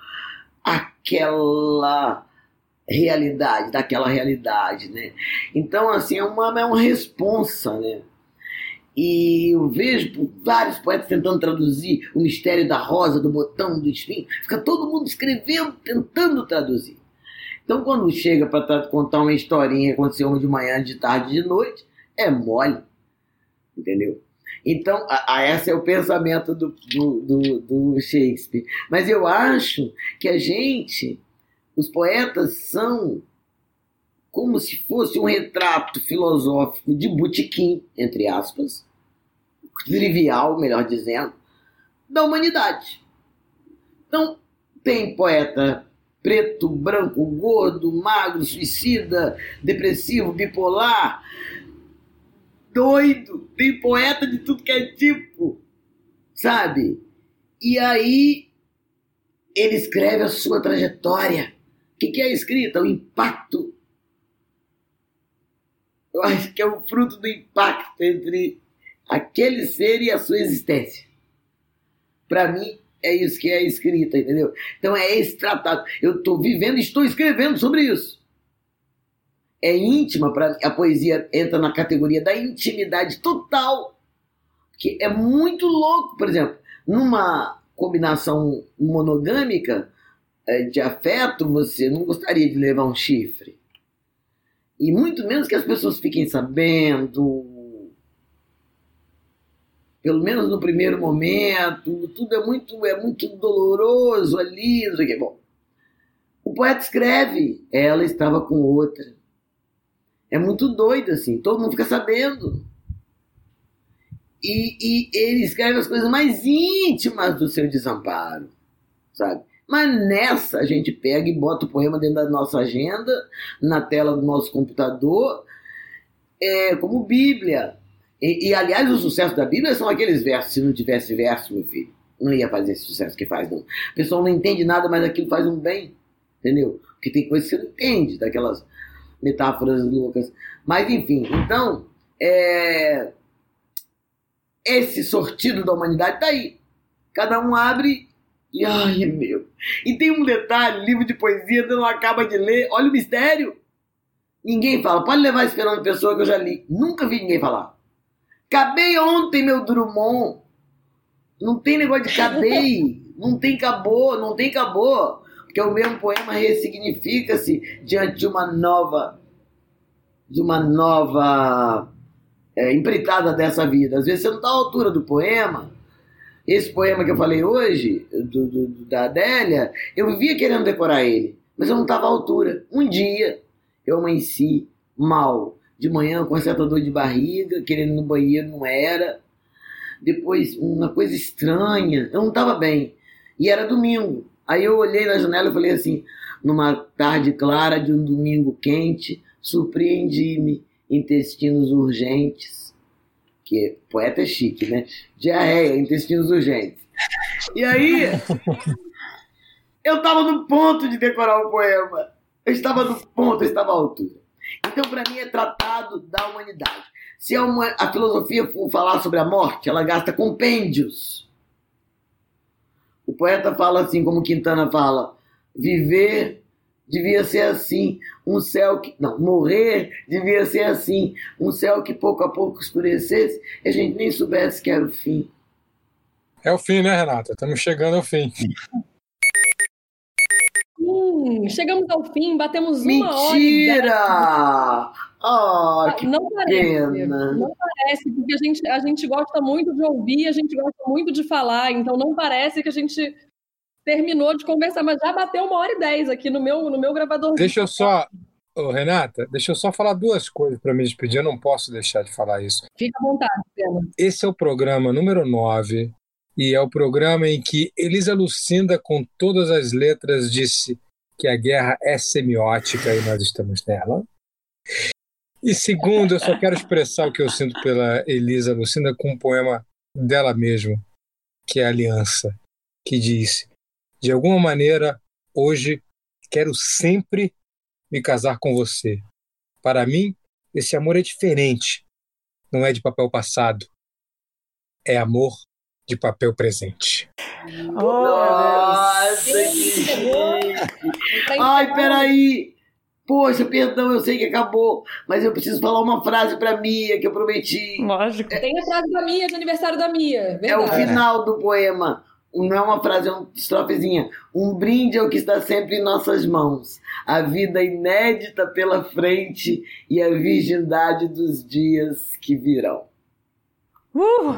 àquela realidade, daquela realidade, né? Então, assim, é uma, é uma responsa, né? E eu vejo vários poetas tentando traduzir o mistério da rosa, do botão, do espinho. Fica todo mundo escrevendo, tentando traduzir. Então, quando chega para contar uma historinha que aconteceu de manhã, de tarde, de noite, é mole. Entendeu? Então, a, a esse é o pensamento do, do, do, do Shakespeare. Mas eu acho que a gente, os poetas, são como se fosse um retrato filosófico de botequim, entre aspas, trivial, melhor dizendo, da humanidade. Então, tem poeta preto, branco, gordo, magro, suicida, depressivo, bipolar, doido, tem poeta de tudo que é tipo, sabe? E aí, ele escreve a sua trajetória. O que, que é a escrita? O impacto. Eu acho que é o fruto do impacto entre aquele ser e a sua existência. Para mim, é isso que é a escrita, entendeu? Então é esse tratado. Eu estou vivendo e estou escrevendo sobre isso. É íntima, pra, a poesia entra na categoria da intimidade total. Que é muito louco. Por exemplo, numa combinação monogâmica de afeto, você não gostaria de levar um chifre. E muito menos que as pessoas fiquem sabendo, pelo menos no primeiro momento, tudo é muito, é muito doloroso ali, não sei o que. Bom, o poeta escreve, ela estava com outra. É muito doido, assim, todo mundo fica sabendo. E, e ele escreve as coisas mais íntimas do seu desamparo, sabe? Mas nessa a gente pega e bota o poema dentro da nossa agenda, na tela do nosso computador, é, como Bíblia. E, e, aliás, o sucesso da Bíblia são aqueles versos. Se não tivesse verso, meu filho, não ia fazer esse sucesso que faz, não. O pessoal não entende nada, mas aquilo faz um bem, entendeu? Porque tem coisas que você não entende, daquelas metáforas loucas. Mas, enfim, então, é... esse sortido da humanidade tá aí. Cada um abre e, ai, meu. E tem um detalhe, livro de poesia, você não acaba de ler, olha o mistério. Ninguém fala, pode levar esse Fernando Pessoa que eu já li. Nunca vi ninguém falar. Acabei ontem, meu Drummond. Não tem negócio de acabei. Não tem acabou, não tem acabou. Porque o mesmo poema ressignifica-se diante de uma nova, de uma nova é, empreitada dessa vida. Às vezes você não está à altura do poema. Esse poema que eu falei hoje, do, do, da Adélia, eu vivia querendo decorar ele, mas eu não estava à altura. Um dia eu amanheci mal, de manhã com uma certa dor de barriga, querendo ir no banheiro, não era. Depois uma coisa estranha, eu não estava bem. E era domingo. Aí eu olhei na janela e falei assim, numa tarde clara de um domingo quente, surpreendi-me, intestinos urgentes, que poeta é chique, né? Diarreia, intestinos urgentes. E aí, eu estava no ponto de decorar o poema. Eu estava no ponto, eu estava à altura. Então, para mim, é tratado da humanidade. Se a, uma, a filosofia for falar sobre a morte, ela gasta compêndios. O poeta fala assim, como Quintana fala, viver devia ser assim, um céu que... Não, morrer devia ser assim, um céu que pouco a pouco escurecesse e a gente nem soubesse que era o fim. É o fim, né, Renata? Estamos chegando ao fim. Hum, chegamos ao fim, batemos Mentira! uma hora e dez. Oh, que não parece, pena. não parece, porque a gente, a gente gosta muito de ouvir, a gente gosta muito de falar, então não parece que a gente terminou de conversar, mas já bateu uma hora e dez aqui no meu, no meu gravador. Deixa eu só, oh, Renata, deixa eu só falar duas coisas para me despedir, eu não posso deixar de falar isso. Fica à vontade, Pena. Esse é o programa número nove, e é o programa em que Elisa Lucinda, com todas as letras, disse que a guerra é semiótica e nós estamos nela. E segundo, eu só quero expressar o que eu sinto pela Elisa Lucinda com um poema dela mesma, que é Aliança, que diz: de alguma maneira, hoje, quero sempre me casar com você. Para mim, esse amor é diferente. Não é de papel passado. É amor de papel presente. Oh, nossa, que chique! Ai, peraí! Poxa, perdão, eu sei que acabou, mas eu preciso falar uma frase pra Mia, que eu prometi. Lógico. Tem a frase da Mia, de aniversário da Mia. Verdade. É o final do poema. Não é uma frase, é uma estrofezinha. Um brinde ao que está sempre em nossas mãos. A vida inédita pela frente e a virgindade dos dias que virão. Uh!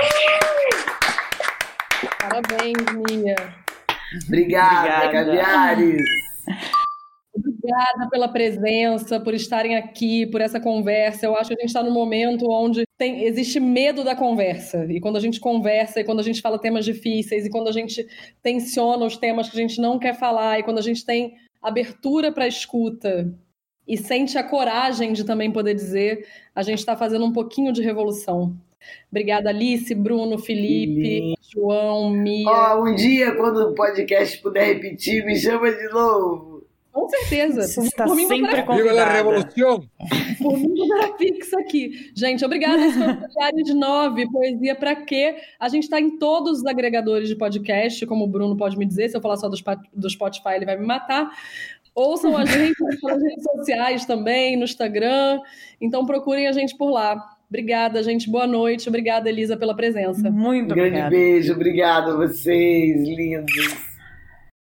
Parabéns, Mia. Obrigada, Obrigada. Caviares. Obrigada pela presença, por estarem aqui, por essa conversa. Eu acho que a gente está num momento onde tem, existe medo da conversa. E quando a gente conversa, e quando a gente fala temas difíceis, e quando a gente tensiona os temas que a gente não quer falar, e quando a gente tem abertura para a escuta e sente a coragem de também poder dizer, a gente está fazendo um pouquinho de revolução. Obrigada, Alice, Bruno, Felipe, João, Mia. Oh, um dia, quando o podcast puder repetir, me chama de novo. Com certeza. Você está por mim, sempre por Viva a convidada. revolução! Por mim, era fixa aqui. Gente, obrigada. Esse foi o Diário de Nove, Poesia Pra Quê? A gente está em todos os agregadores de podcast, como o Bruno pode me dizer. Se eu falar só do, do Spotify, ele vai me matar. Ouçam a gente nas redes sociais também, no Instagram. Então, procurem a gente por lá. Obrigada, gente. Boa noite. Obrigada, Elisa, pela presença. Muito Um grande obrigada. beijo. Obrigado a vocês, lindos.